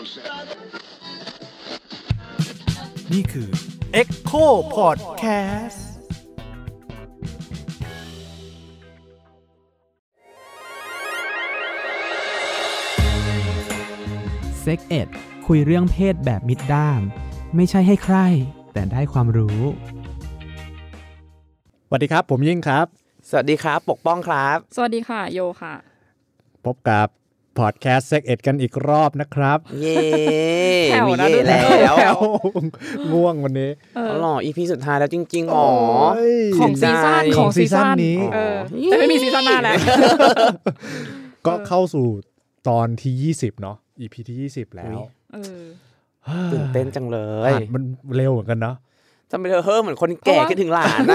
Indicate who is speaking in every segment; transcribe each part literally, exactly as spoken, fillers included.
Speaker 1: นี่คือ Echo Podcast
Speaker 2: เซ็กเอ็ดคุยเรื่องเพศแบบมิดด้ามไม่ใช่ให้ใครแต่ได้ความรู้
Speaker 1: สวัสดีครับผมยิ่งครับ
Speaker 3: สวัสดีครับปกป้องครับ
Speaker 4: สวัสดีค่ะโยค่ะ
Speaker 1: พบกับพอดแคสต์เซ็กเอ็ดกันอีกรอบนะครับ
Speaker 3: เย่
Speaker 4: แถวนะ
Speaker 3: มีเย่แล้ว
Speaker 1: ง่วงวันนี้
Speaker 3: อ๋อหรอ อี พี สุดท้ายแล้วจริงๆอ๋อ
Speaker 4: ของซีซั่น
Speaker 1: ของซีซั่นนี้
Speaker 4: เออแต่ไม่มีซีซั่นหน้าแล้ว
Speaker 1: ก็เข้าสู่ตอนที่ยี่สิบเนาะ อี พี ที่ยี่สิบแล้ว
Speaker 4: เออ
Speaker 3: ตื่นเต้นจังเลย
Speaker 1: มันเร็วเหมือนกันเนาะ
Speaker 3: ทำไมเธอเฮ้อเหมือนคนแก่คิดถึงหลานนะ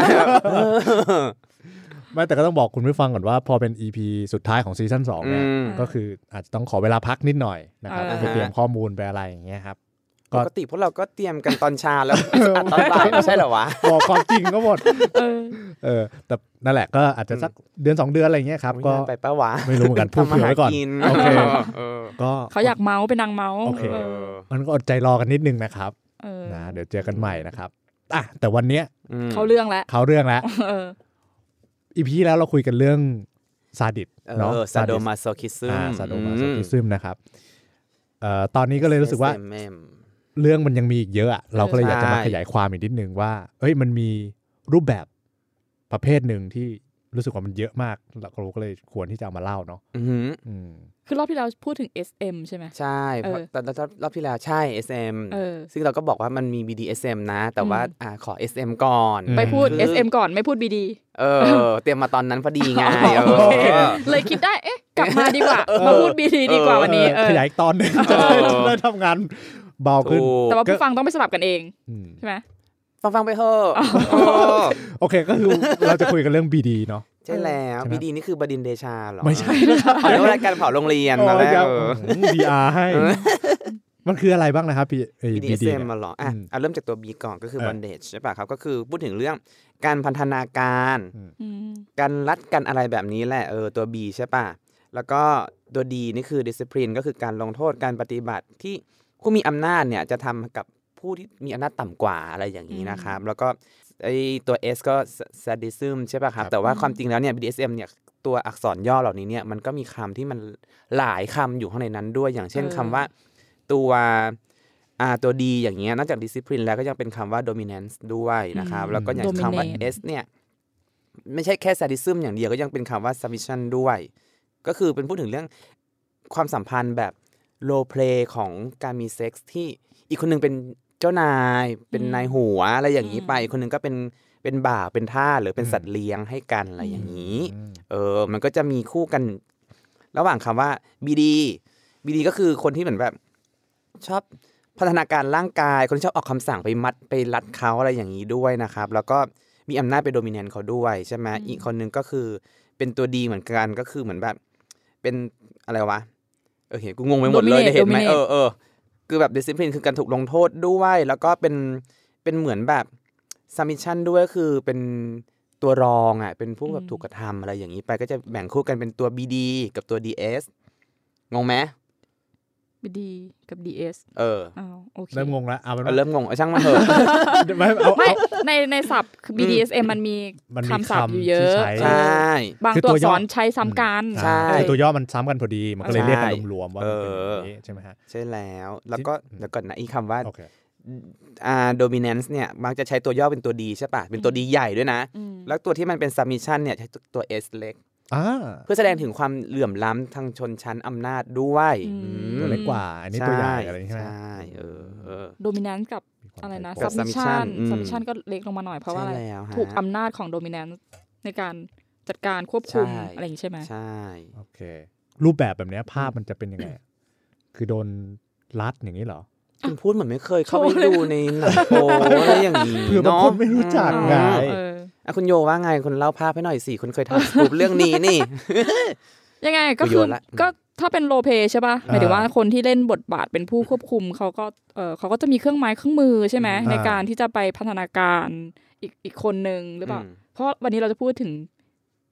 Speaker 1: ไม่แต่ก็ต้องบอกคุณผู้ฟังก่อนว่าพอเป็น อี พี สุดท้ายของซีซั่นสองเนี่ยก็คืออาจจะต้องขอเวลาพักนิดหน่อยนะครับไปเตรียมข้อมูลไปอะไรอย่างเงี้ยครับ
Speaker 3: ปกติพวกเราก็เตรียมกันตอนเช้าแล้วอัดตอนบ่ายไม่ใช่เหรอวะ
Speaker 1: บอกความจริงก็หมดเออแต่นั่นแหละก็อาจจะสักเดือนสองเดือนอะไรเงี้ยครับก็
Speaker 3: ไปป้าวะ
Speaker 1: ไม่รู้เหมือนกันพูดเผื่อไว้ก่อนโอเค
Speaker 4: ก็เขาอยากเมาส์เป็นนางเมาส์
Speaker 1: โอเคมันก็อดใจรอกันนิดนึงนะครับนะเดี๋ยวเจอกันใหม่นะครับอ่ะแต่วันเนี้ย
Speaker 4: เขาเรื่องแล้ว
Speaker 1: เขาเรื่องแล้วอีพีแล้วเราคุยกันเรื่องซาดิสเนาะ
Speaker 3: ซาโดมาโซคิซึม
Speaker 1: ซาโดมาโซคิซึมนะครับเอ่อตอนนี้ก็เลยรู้สึกว่าเรื่องมันยังมีอีกเยอะอ่ะเราก็เลยอยากจะมาขยายความอีกนิดนึงว่าเอ้ยมันมีรูปแบบประเภทหนึ่งที่รู้สึกว่ามันเยอะมากเราก็เลยควรที่จะเอามาเล่าเนาะ
Speaker 4: คือรอบที่เราพูดถึง เอส เอ็ม ใช่ไหม
Speaker 3: ใช่แต่รอบที่แล้วใช่ เอส เอ็ม ซึ่งเราก็บอกว่ามันมี บี ดี เอส เอ็ม นะแต่ว่าอ่าขอ เอส เอ็ม ก่อน
Speaker 4: ไปพูด เอส เอ็ม ก่อนไม่พูด บี ดี
Speaker 3: เออเตรียมมาตอนนั้นพอดีไง
Speaker 4: เลยคิดได้เอ๊ะกลับมาดีกว่ามาพูด บี ดี ดีกว่าวันนี้
Speaker 1: ขยายตอนนึงจะได้ทำงานเบาขึ้น
Speaker 4: แต่ว่าผู้ฟังต้องไปสลับกันเองใช่ไหม
Speaker 3: ฟังฟังไปเถอะ
Speaker 1: โอเคก็คือเราจะคุยกันเรื่อง บี ดี เนาะ
Speaker 3: ใช่แล้ว บี ดี นี่คือบดินทร์เดชาเหรอ
Speaker 1: ไม่ใช่
Speaker 3: เขาเรียกว่ารายการเผาโรงเรียนมาแล้ว
Speaker 1: บี อาร์ ให้มันคืออะไรบ้างนะครับพี่
Speaker 3: บี ดี เอส เอ็ม มาหรออ่ะเอาเริ่มจากตัว B ก่อนก็คือ bondage ใช่ป่ะครับก็คือพูดถึงเรื่องการพันธนาการการรัดกันอะไรแบบนี้แหละเออตัว B ใช่ป่ะแล้วก็ตัว D นี่คือ discipline ก็คือการลงโทษการปฏิบัติที่ผู้มีอำนาจเนี่ยจะทำกับผู้ที่มีอำนาจต่ำกว่าอะไรอย่างนี้นะครับแล้วก็ไอตัว S ก็ sadism ใช่ป่ะครับแต่ว่าความจริงแล้วเนี่ย บี ดี เอส เอ็ม เนี่ยตัวอักษรย่อเหล่านี้เนี่ยมันก็มีคำที่มันหลายคำอยู่ข้างในนั้นด้วยอย่างเช่นคำว่าตัวอ่าตัว D อย่างเงี้ยนอกจาก discipline แล้วก็ยังเป็นคำว่า dominance ด้วยนะครับแล้วก็อย่างคำว่า S เนี่ยไม่ใช่แค่ sadism อย่างเดียวก็ยังเป็นคำว่า submission ด้วยก็คือเป็นพูดถึงเรื่องความสัมพันธ์แบบ role play ของการมีเซ็กส์ที่อีกคนนึงเป็นเจ้านายเป็นนายหัวอะไรอย่างนี้ไปอีกคนนึงก็เป็นเป็นบ่าวเป็นทาสหรือเป็นสัตว์เลี้ยงให้กันอะไรอย่างนี้เออมันก็จะมีคู่กันระหว่างคำว่า บี ดี บี ดี ก็คือคนที่เหมือนแบบชอบพัฒนาการร่างกายคนที่ชอบออกคำสั่งไปมัดไปรัดเขาอะไรอย่างนี้ด้วยนะครับแล้วก็มีอำนาจไปโดมิเนนต์เขาด้วยใช่ไหมอีกคนนึงก็คือเป็นตัวดีเหมือนกันก็คือเหมือนแบบเป็นอะไรวะเออเห็นกูงงไปหมดเลยเห็นไหมเออเออคือแบบ discipline คือการถูกลงโทษด้วยแล้วก็เป็นเป็นเหมือนแบบ submission ด้วยคือเป็นตัวรองอ่ะเป็นผู้แบบถูกกระทำอะไรอย่างนี้ไปก็จะแบ่งคู่กันเป็นตัว บี ดี กับตัว ดี เอส งงไหม
Speaker 4: บี ดี กับ ดี เอส
Speaker 3: เออ
Speaker 4: อ้าวโอเค
Speaker 1: เริ่มงงแล้วเอาเป็น
Speaker 3: เริ่มงงช่างมันเถอะ
Speaker 4: ไม่ในในศัพท์ บี ดี เอส เอ็ม มันมีคำศัพท์อยู่เยอะ
Speaker 3: ใช่
Speaker 4: บางตัวอักษรใช้ซ้ำกัน
Speaker 1: ใช่ตัวย่อมันซ้ำกันพอดีมันก็เลยเรียกกันรวมๆว่ามันเป็นอย่างนี้ใช่ไหมฮะ
Speaker 3: ใช่แล้วแล้วก็แล้วก่อนนะอีกคำว่าอ่า dominance เนี่ยมักจะใช้ตัวย่อเป็นตัว D ใช่ป่ะเป็นตัว D ใหญ่ด้วยนะแล้วตัวที่มันเป็น submission เนี่ยใช้ตัว S เล็กเพื่อแสดงถึงความเหลื่อมล้ำทางชนชั้นอำนาจด้วย
Speaker 1: ตัวเล็กกว่าอันนี้ตัวใหญ่อะไรใช่ไหม
Speaker 3: ใช่เออ
Speaker 4: dominance กับอะไรนะ submission submission ก็เล็กลงมาหน่อยเพราะว่าอะไรถูกอำนาจของ dominance ในการจัดการควบคุมอะไรอย่างนี้ใช่ไหม
Speaker 3: ใช่
Speaker 1: โอเครูปแบบแบบนี้ภาพมันจะเป็นยังไงคือโดนรัดอย่างนี้เหรอ
Speaker 3: คุณพูดเหมือนไม่เคยเข้าไปดูในหนังโป๊อะไรอย่างนี้
Speaker 1: เนาะคนไม่รู้จักไง
Speaker 3: อ่ะคุณโยว่าไงคุณเล่าภาพให้หน่อยสิคุณเคยทำสกู๊ปเรื่องนี้นี่
Speaker 4: ยังไงก็คือก็ถ้าเป็นโรลเพลย์ใช่ป่ะหมายถึงว่าคนที่เล่นบทบาทเป็นผู้ควบคุมเขาก็เออเขาก็จะมีเครื่องไม้เครื่องมือใช่ไหมในการที่จะไปพัฒนาการอีกอีกคนนึงหรือเปล่าเพราะวันนี้เราจะพูดถึง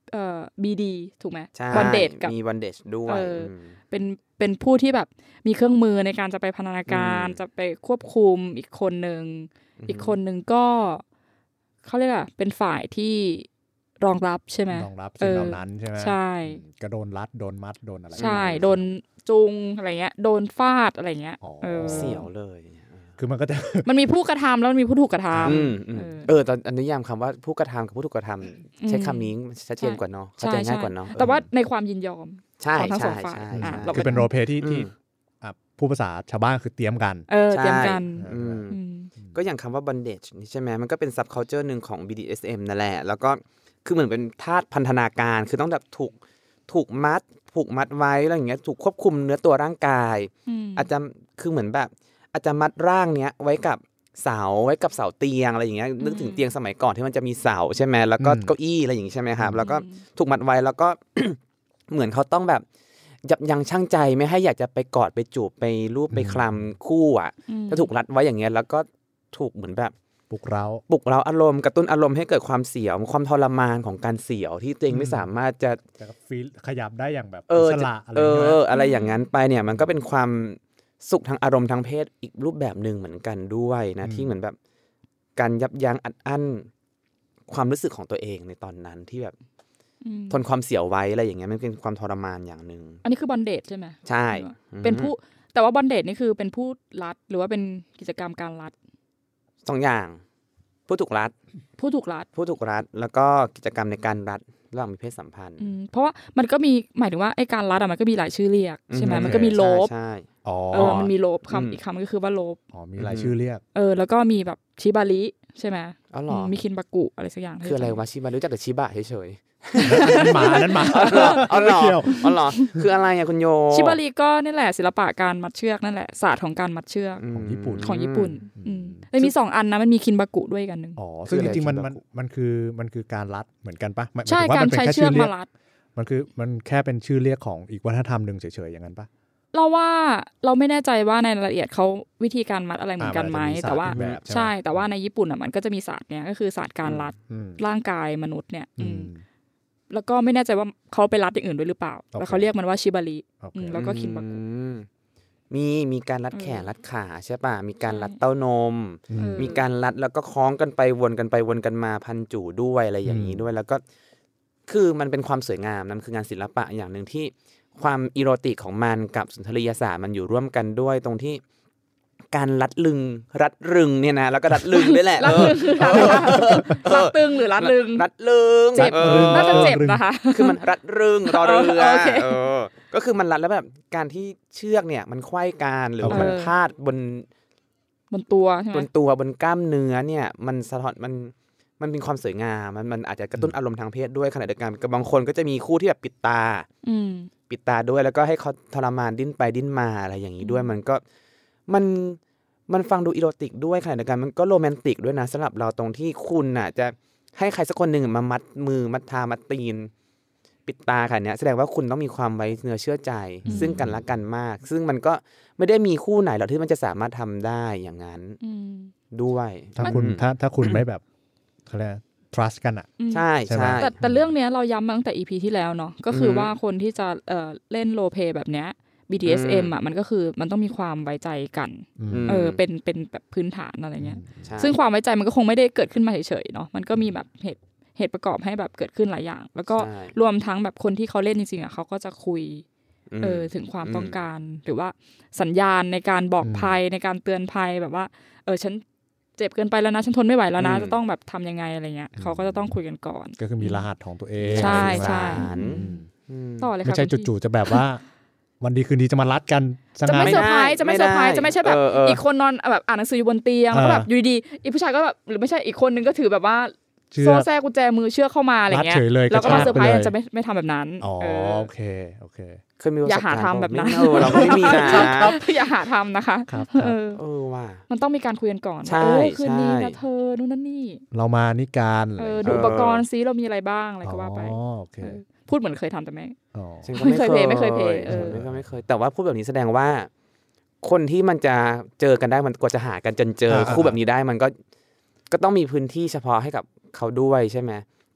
Speaker 4: เอ่อ บี ดี ถูกไหม
Speaker 3: ใช่
Speaker 4: บอนเดจกับ
Speaker 3: มีบอนเดจด้วย
Speaker 4: เป็นเป็นผู้ที่แบบมีเครื่องมือในการจะไปพัฒนาการจะไปควบคุมอีกคนนึงอีกคนนึงก็เขาเรียกว่าเป็นฝ่ายที่รองรับใช่ไหม
Speaker 1: รองรับสิ่งเหล่านั้นใช่ไหม
Speaker 4: ใช่
Speaker 1: ก็โดนรัดโดนมัดโดนอะไร
Speaker 4: ใช่โดนจุงอะไรเงี้ยโดนฟาดอะไรเงี้ย
Speaker 3: เสียวเลย
Speaker 1: คือมันก็จะ
Speaker 4: มันมีผู้กระทำแล้วมันมีผู้ถูกกระท
Speaker 3: ำเออตอนนิยามคำว่าผู้กระทำกับผู้ถูกกระทำใช้คำนี้ชัดเจนกว่าเนาะเข้าใจง่ายกว่าเนาะ
Speaker 4: แต่ว่าในความยินยอม
Speaker 3: ของทั้งสอง
Speaker 1: ฝ่ายคือเป็นโรลเพลย์ที่ที่ผู้ภาษาชาวบ้านคือเตรียมกัน
Speaker 4: เออเตรียมกัน
Speaker 3: ก็อย่างคำว่า bondage นี่ใช่ไหมมันก็เป็น subculture หนึ่งของ บี ดี เอส เอ็ม นั่นแหละแล้วก็คือเหมือนเป็นทาสพันธนาการคือต้องแบบถูกถูกมัดผูกมัดไว้อะไรอย่างเงี้ยถูกควบคุมเนื้อตัวร่างกายอาจจะคือเหมือนแบบอาจจะมัดร่างเนี้ยไว้กับเสาไว้กับเสาเตียงอะไรอย่างเงี้ยนึกถึงเตียงสมัยก่อนที่มันจะมีเสาใช่ไหมแล้วก็เก้าอี้อะไรอย่างงี้ใช่ไหมครับแล้วก็ถูกมัดไว้แล้วก็ เหมือนเขาต้องแบบยับยั้งชั่งใจไม่ให้อยากจะไปกอดไปจูบไปรูปไปคลำคู่อ่ะถ้าถูกรัดไว้อย่างเงี้ยแล้วก็ถูกเหมือนแบบ
Speaker 1: ปลุกเร้า
Speaker 3: ปลุกเร้าอารมณ์กระตุ้นอารมณ์ให้เกิดความเสียวความทรมานของการเสียวที่ตัวเองไม่สามารถจะ
Speaker 1: จะฟีลขยับได้อย่างแบบ
Speaker 3: อิสระอะไรเงี้ยอะไรอย่างนั้นไปเนี่ยมันก็เป็นความสุขทางอารมณ์ทางเพศอีกรูปแบบนึงเหมือนกันด้วยนะที่เหมือนแบบการยับยั้งอัดอั้นความรู้สึกของตัวเองในตอนนั้นที่แบบทนความเสียวไว้อะไรอย่างเงี้ยมันเป็นความทรมานอย่างนึง
Speaker 4: อันนี้คือบอนเดจใช่ไหม
Speaker 3: ใช่
Speaker 4: เป็นผู้แต่ว่าบอนเดจนี่คือเป็นผู้รัดหรือว่าเป็นกิจกรรมการรัด
Speaker 3: สองอย่างผู้ถูกรัด
Speaker 4: ผู้ถูกรัด
Speaker 3: ผู้ถูกรัดแล้วก็กิจกรรมในการรัดระหว่างมีเพศสัมพันธ์
Speaker 4: เพราะว่ามันก็มีหมายถึงว่าไอ้การรัดอะมันก็มีหลายชื่อเรียกใช่ไหมมันก็มีโลบ
Speaker 3: ใช่
Speaker 1: อ๋อ
Speaker 4: เออมันมีโลบคำอีกคำก็คือว่าโลบ
Speaker 1: อ๋อมีหลายชื่อเรียก
Speaker 4: เออแล้วก็มีแบบชิบาริใช่ไหม
Speaker 3: อ๋อหรอ
Speaker 4: มีคินบากุอะไรสักอย่าง
Speaker 3: คืออะไรวะชิบาริรู้จักแต่ชิบะเฉย
Speaker 1: หมานั้นหมา
Speaker 3: อ๋อเหรออ๋อเหรอคืออะไรอ่ะคุณโย
Speaker 4: ชิบาริก็นี่แหละศิลปะการมัดเชือกนั่นแหละศาสตร์ของการมัดเชือก
Speaker 1: ของญี่ปุ่น
Speaker 4: ของญี่ปุ่นมันมีสองอันนะมันมีคินบากุด้วยกันนึง
Speaker 1: อ๋อซึ่งจริงๆมันมันมันคือมันคือการรัดเหมือนกันปะ
Speaker 4: ใช่การใช้เชือกมารัด
Speaker 1: มันคือมันแค่เป็นชื่อเรียกของอีกวัฒนธรรมนึงเฉยๆอย่างนั้นปะ
Speaker 4: เราว่าเราไม่แน่ใจว่าในรายละเอียดเขาวิธีการมัดอะไรเหมือนกันไหมแต่ว่าใช่แต่ว่าในญี่ปุ่นอ่ะมันก็จะมีศาสตร์เนี้ยก็คือศาสตร์การรัดร่างกายมนุษย์เนี่ยแล้วก็ไม่แน่ใจว่าเขาไปรัดอย่างอื่นด้วยหรือเปล่าแล้วเขาเรียกมันว่าชิบาริแล้วก็คินบากุ
Speaker 3: มีมีการรัดแขนรัดขาใช่ป่ะมีการรัดเต้านมมีการรัดแล้วก็คล้องกันไปวนกันไปวนกันมาพันจู่ด้วยอะไรอย่างนี้ด้วยแล้วก็คือมันเป็นความสวยงามนั่นคืองานศิลปะอย่างนึงที่ความอีโรติกของมันกับสุนทรียศาสตร์มันอยู่ร่วมกันด้วยตรงที่การรัดลึงรัดรึงเนี่ยนะแล้วก็รัดลึงด้วยแหละ
Speaker 4: รัดลึงรัดตึงหรือรัดลึง
Speaker 3: รัดลึง
Speaker 4: เจ็บน่าจะเจ็บนะคะ
Speaker 3: คือมันรัดรึงรอเรือเออก็คือมันรัดแล้วแบบการที่เชือกเนี่ยมันไขว้กันหรือมันพาดบน
Speaker 4: บนตัวใช่ไหม
Speaker 3: บนตัวบนกล้ามเนื้อเนี่ยมันสะท้อนมันมันเป็นความสวยงามมันมันอาจจะกระตุ้นอารมณ์ทางเพศด้วยขณะเดียวกันกับบางคนก็จะมีคู่ที่แบบปิดตาปิดตาด้วยแล้วก็ให้เขาทรมานดิ้นไปดิ้นมาอะไรอย่างนี้ด้วยมันก็มันมันฟังดูอีโรติกด้วยขณะเดียวกันมันก็โรแมนติกด้วยนะสำหรับเราตรงที่คุณน่ะจะให้ใครสักคนหนึ่งมามัดมือมัดเท้ามัดตีนปิดตาค่ะเนี่ยแสดงว่าคุณต้องมีความไว้เนื้อเชื่อใจซึ่งกันและกันมากซึ่งมันก็ไม่ได้มีคู่ไหนหรอกที่มันจะสามารถทำได้อย่างนั้นด้วย
Speaker 1: ถ้าคุณถ้าถ้าคุณไม่แบบเขาเรียก trust กันอ่ะ
Speaker 3: ใช่ใช่
Speaker 4: แต่แต่เรื่องเนี้ยเราย้ำมาตั้งแต่ อี พี ที่แล้วเนาะก็คือว่าคนที่จะเอ่อเล่นโรลเพลย์แบบเนี้ย บี ดี เอส เอ็ม อ่ะมันก็คือมันต้องมีความไว้ใจกันเออเป็นเป็นแบบพื้นฐานอะไรเงี้ยซึ่งความไว้ใจมันก็คงไม่ได้เกิดขึ้นมาเฉยๆเนาะมันก็มีแบบเหตุเหตุประกอบให้แบบเกิดขึ้นหลายอย่างแล้วก็รวมทั้งแบบคนที่เขาเล่นจริงๆอ่ะเขาก็จะคุยเออถึงความต้องการหรือว่าสัญญาณในการบอกภัยในการเตือนภัยแบบว่าเออฉันเจ็บเกินไปแล้วนะฉันทนไม่ไหวแล้วนะจะต้องแบบทำยังไงอะไรเงี้ยเขาก็จะต้องคุยกันก่อน
Speaker 1: ก็คือมีรหัสของตัวเอง
Speaker 4: ใช่ใช่
Speaker 1: ต่อเลยค่ะไม่ใช่จู่ๆจะแบบว่าวันดีคืนดีจะมารัดกัน
Speaker 4: จะไม่เซอร์ไพรส์จะไม่เซอร์ไพรส์จะไม่ใช่แบบอีกคนนอนแบบอ่านหนังสืออยู่บนเตียงแล้วก็แบบอยู่ดีๆอีกผู้ชายก็แบบหรือไม่ใช่อีกคนนึงก็ถือแบบว่าโซ่แซ่กุญแจมือเชือกเข้ามาอะไรเงี้ยแล้วก็มาเซอร์ไพรส์จะไม่ไม่ทำแบบนั้น
Speaker 1: อ๋อโอเคโอเค
Speaker 3: เคยมี
Speaker 4: อย่าหาทำแบบนั้น
Speaker 3: เราไม่มีนะ
Speaker 4: อย่าหาทำนะคะ
Speaker 1: เอ
Speaker 3: อเออว่า
Speaker 4: มันต้องมีการคุยกันก่อน
Speaker 3: เอ
Speaker 4: อคืนนี้นะเธอนู่นนั่นนี่
Speaker 1: เรามานี่การ
Speaker 4: ดูอุปกรณ์ซิเรามีอะไรบ้างอะไรก็ว่าไป
Speaker 1: อ๋อโอเค
Speaker 4: พูดเหมือนเคยทำแต่ไม่
Speaker 3: ไม่เคยเพย์
Speaker 4: ไม่เคยเพย์
Speaker 3: เออไม่เคยแต่ว่าพูดแบบนี้แสดงว่าคนที่มันจะเจอกันได้มันกว่าจะหากันจนเจอคู่แบบนี้ได้มันก็ก็ต้องมีพื้นที่เฉพาะให้กับเขาด้วยใช่ไหม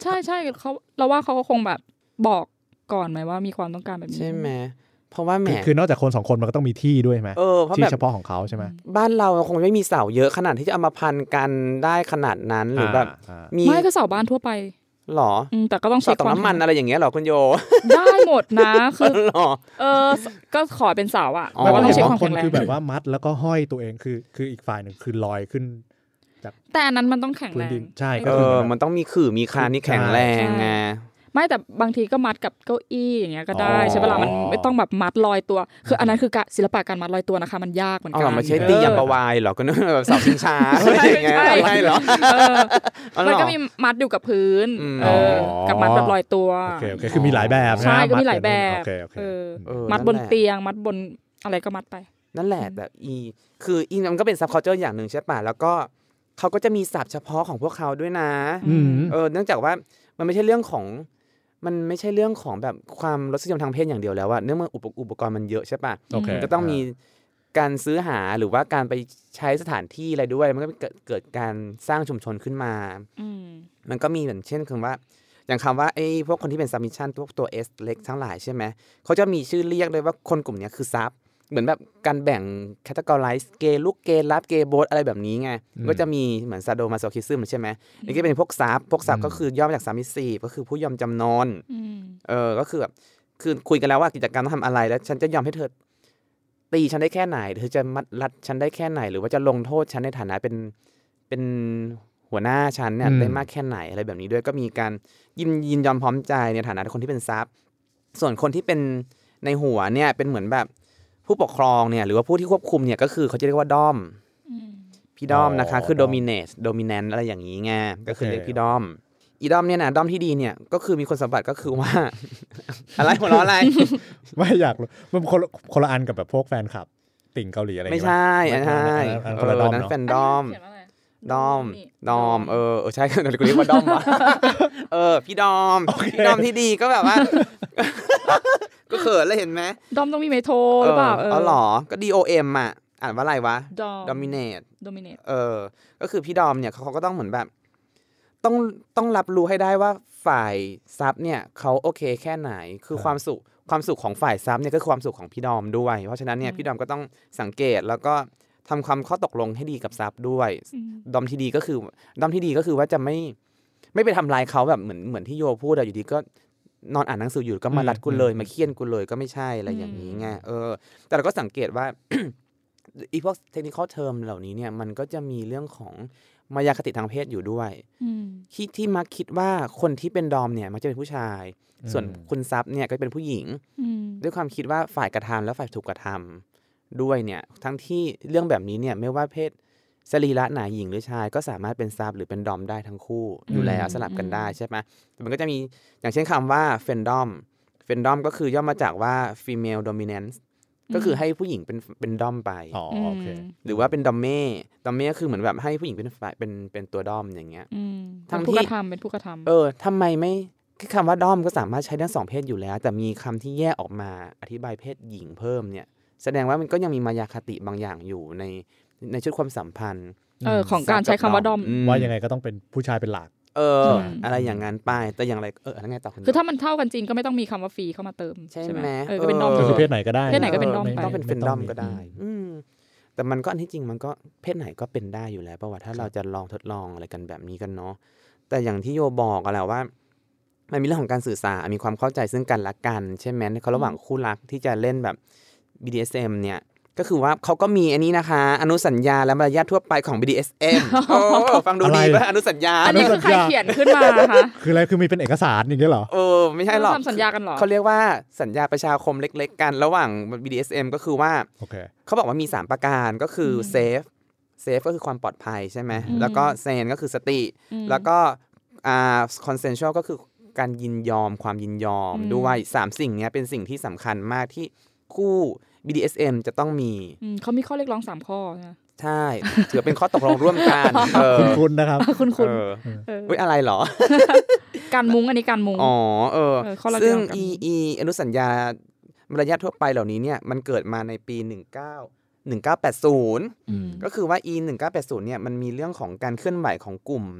Speaker 4: ใช่ใช่เขาเราว่าเขาก็คงแบบบอกก่อนไหมว่ามีความต้องการแบบนี้
Speaker 3: ใช่ไหมเพราะว่าแหม
Speaker 1: คือนอกจากคนสองคนมันก็ต้องมีที่ด้วยไหมที่เฉพาะของเขาใช่ไหม
Speaker 3: บ้านเราคงไม่มีเสาเยอะขนาดที่จะเอามาพันกันได้ขนาดนั้นหรือแบบ
Speaker 4: มีไม่ก็เสาบ้านทั่วไป
Speaker 3: หรอ
Speaker 4: แต่ก็ต้อง
Speaker 3: เช็คความน้ำมันอะไรอย่างเงี้ยหรอคุณโย
Speaker 4: ได้หมดนะคือเออก็ขอเป็นเสาอ่ะ
Speaker 1: แต่ว่าต้องเช็คความแข็งแรงคือแบบว่ามัดแล้วก็ห้อยตัวเองคือคืออีกฝ่ายหนึ่งคือลอยขึ้น
Speaker 4: แต่อันนั้นมันต้องแข็งแรง
Speaker 1: ใช่
Speaker 3: ก็คือมันต้องมีขื่อมีคานที่แข็งแรงไง
Speaker 4: ไม่แต่บางทีก็มัดกับเก้าอี้อย่างเงี้ยก็ได้ใช่ป่ะล่ะมันไม่ต้องแบบมัดลอยตัวคืออันนั้นคือศิลปะการมัดลอยตัวนะคะมันยากเหมือนกัน
Speaker 3: อ๋อไม่ใช่ตียำประวายหรอก็นึกแบบเสาชิงช้าอะไรอย่างเงี้ยใช่เหรอ
Speaker 4: มันก็มีมัดอยู่กับพื้นกับมัดแบบลอยตัว
Speaker 1: โอเคโอเคคือมีหลายแบบ
Speaker 4: ใช่ก็มีหลายแบบมัดบนเตียงมัดบนอะไรก็มัดไป
Speaker 3: นั่นแหละแต่อีคืออีมันก็เป็นซับคัลเจอร์อย่างนึงใช่ป่ะแล้วก็เขาก็จะมีศัพท์เฉพาะของพวกเขาด้วยนะเออเนื่องจากว่ามันไม่ใช่เรื่องของมันไม่ใช่เรื่องของแบบความรสนิยมทางเพศอย่างเดียวแล้วอะเนื่องจากอุปกรณ์มันเยอะใช่ป่ะก็ต้องมีการซื้อหาหรือว่าการไปใช้สถานที่อะไรด้วยมันก็เกิดเกิดการสร้างชุมชนขึ้นมามันก็มีเหมือนเช่นคำว่าอย่างคำว่าไอ้พวกคนที่เป็นซับมิชชั่นพวกตัว S เล็กทั้งหลายใช่ไหมเขาจะมีชื่อเรียกเลยว่าคนกลุ่มนี้คือซับเหมือนแบบการแบ่งแคตตากอไรซ์เกย์ลุกเกย์ลับเกย์โบสอะไรแบบนี้ไงก็จะมีเหมือนซาโดมาโซคิซึมใช่ไหมนี่ก็เป็นพวกซับพวกซับก็คือย่อมาจากซับมิสซีฟก็คือผู้ยอมจำนนเออก็คือแบบคือคุยกันแล้วว่ากิจกรรมต้องทำอะไรแล้วฉันจะยอมให้เธอตีฉันได้แค่ไหนเธอจะมัดรัดฉันได้แค่ไหนหรือว่าจะลงโทษฉันในฐานะเป็นเป็นหัวหน้าฉันเนี่ยได้มากแค่ไหนอะไรแบบนี้ด้วยก็มีการยินยินยอมพร้อมใจในฐานะคนที่เป็นซับส่วนคนที่เป็นในหัวเนี่ยเป็นเหมือนแบบผู้ปกครองเนี่ยหรือว่าผู้ที่ควบคุมเนี่ยก็คือเขาจะเรียกว่าดอมพี่ดอมนะคะคือ dominate dominant อะไรอย่างนี้ไงก็คือเรียกพี่ดอมอีดอมเนี่ยนะดอมที่ดีเนี่ยก็คือมีคนสมบัติก็คือว่าอะไรหัวเราะอะไร
Speaker 1: ไม่อยากมันคนคนละอันกับแบบพวกแฟนคลับติ่งเกาหลีอะไร
Speaker 3: ไม่ใช่ใช่คนละดอมนั้นแฟนดอมดอมดอมเออเออใช่ก็เรียกว่าดอมว่ะเออพี่ดอมพี่ดอมที่ดีก็แบบว่าก็เขินเลยเห็นไหม
Speaker 4: ดอมต้องมีเมโทรหรือเปล่า
Speaker 3: เออหรอก็ D O M อ่ะอ่านว่าอะไรวะ dominate
Speaker 4: dominate
Speaker 3: เออก็คือพี่ดอมเนี่ยเขาก็ต้องเหมือนแบบต้องต้องรับรู้ให้ได้ว่าฝ่ายซับเนี่ยเขาโอเคแค่ไหนคือความสุขความสุขของฝ่ายซับเนี่ยก็คือความสุขของพี่ดอมด้วยเพราะฉะนั้นเนี่ยพี่ดอมก็ต้องสังเกตแล้วก็ทำความข้อตกลงให้ดีกับซับด้วยดอมที่ดีก็คือดอมที่ดีก็คือว่าจะไม่ไม่ไปทำลายเขาแบบเหมือนเหมือนที่โยพูดอะอยู่ดีก็นอนอ่านหนังสืออยู่ก็มารัดกูเลยมาเคี่ยนกูเลยก็ไม่ใช่อะไรอย่างนี้ไงเออแต่เราก็สังเกตว่า อีพวกเทคนิคอลเทอมเหล่านี้เนี่ยมันก็จะมีเรื่องของมายาคติทางเพศอยู่ด้วยที่ที่มักคิดว่าคนที่เป็นดอมเนี่ยมักจะเป็นผู้ชายส่วนคุณซับเนี่ยก็เป็นผู้หญิงด้วยความคิดว่าฝ่ายกระทำและฝ่ายถูกกระทำด้วยเนี่ยทั้งที่เรื่องแบบนี้เนี่ยไม่ว่าเพศสรีระไหนหญิงหรือชายก็สามารถเป็นซับหรือเป็นดอมได้ทั้งคู่อยู่แล้วสลับกันได้ใช่ไหมแต่มันก็จะมีอย่างเช่นคำว่าเฟนดอมเฟนดอมก็คือย่อมาจากว่า female dominance ก็คือให้ผู้หญิงเป็นเป็นดอมไป
Speaker 1: อ๋อโอเค
Speaker 3: หรือว่าเป็นดอมเม่ดอมเม่ก็คือเหมือนแบบให้ผู้หญิงเป็นฝ่ายเป็นเป็นตัวดอมอย่างเงี้ย
Speaker 4: ทั้งที่ผู้กระทำเป็นผู้กระทำ
Speaker 3: เออทำไมไม่คือคำว่าดอมก็สามารถใช้ทั้งสองเพศอยู่แล้วแต่มีคำที่แยกออกมาอธิบายเพศหญิงเพิ่มเนี่ยแสดงว่ามันก็ยังมีมายาคติบางอย่างอยู่ในในชุดความสัมพันธ์
Speaker 4: เออของการใช้คำว่าดอม
Speaker 1: ว่ายังไงก็ต้องเป็นผู้ชายเป็นหลัก
Speaker 3: เอออะไรอย่างงั้นไปแต่อย่างไรเอออะไรไงต่อ
Speaker 4: คือถ้ามันเท่ากันจริงก็ไม่ต้องมีคำว่าฟรีเข้ามาเติม
Speaker 3: ใช่ไหม
Speaker 4: เออก็เป็นดอม
Speaker 1: ก็คือเพศไหนก็ได้
Speaker 4: เพศไหนก็เป็นดอม
Speaker 3: ต้องเป็นเฟนดอมก็ได้อืมแต่มันก็อันที่จริงมันก็เพศไหนก็เป็นได้อยู่แล้วเพราะว่าถ้าเราจะลองทดลองอะไรกันแบบนี้กันเนาะแต่อย่างที่โยบอกกันแล้วว่ามันมีเรื่องของการสื่อสารมีความเข้าใจซึ่งกันและกันใช่ไหมในระหว่างคู่รักที่จะเล่นแบบ บี ดี เอส เอ็ม เนี่ยก็คือว่าเขาก็มีอันนี้นะคะอนุสัญญาและมารยาททั่วไปของ บี ดี เอส เอ็ม โอ้ฟังดูดีป่ะอนุสัญญา
Speaker 4: อันนี้คือใครเขียนขึ้นมาคะ
Speaker 1: คืออะไรคือมีเป็นเอกสารอย่างเงี้ยเหรอ
Speaker 3: เออไม่ใช่หรอก
Speaker 4: ทำสัญญากันหรอ
Speaker 3: เขาเรียกว่าสัญญาประชาคมเล็กๆกันระหว่าง บี ดี เอส เอ็ม ก็คือว่าเขาบอกว่ามีสามประการก็คือเซฟเซฟก็คือความปลอดภัยใช่ไหมแล้วก็เซนก็คือสติแล้วก็อ่าคอนเซนชวลก็คือการยินยอมความยินยอมด้วยสามสิ่งนี้เป็นสิ่งที่สำคัญมากที่คู่ บี ดี เอส เอ็ม จะต้องมี
Speaker 4: เขามีข้อเรียกร้องสามข้อนะ
Speaker 3: ใช่ถือเป็นข้อตกลงร่วมกัน
Speaker 1: คุณๆนะครับ
Speaker 4: คุณ
Speaker 3: ๆอุ๊ยอะไรหรอ
Speaker 4: การมุ้งอันนี้การมุ้ง
Speaker 3: อ๋อเออซึ่ง อี อี อนุสัญญามารยาททั่วไปเหล่านี้เนี่ยมันเกิดมาในปีหนึ่งเก้า หนึ่งเก้าแปดศูนย์ก็คือว่า อี หนึ่งเก้าแปดศูนย์เนี่ยมันมีเรื่องของการเคลื่อนไหวของกลุ่ม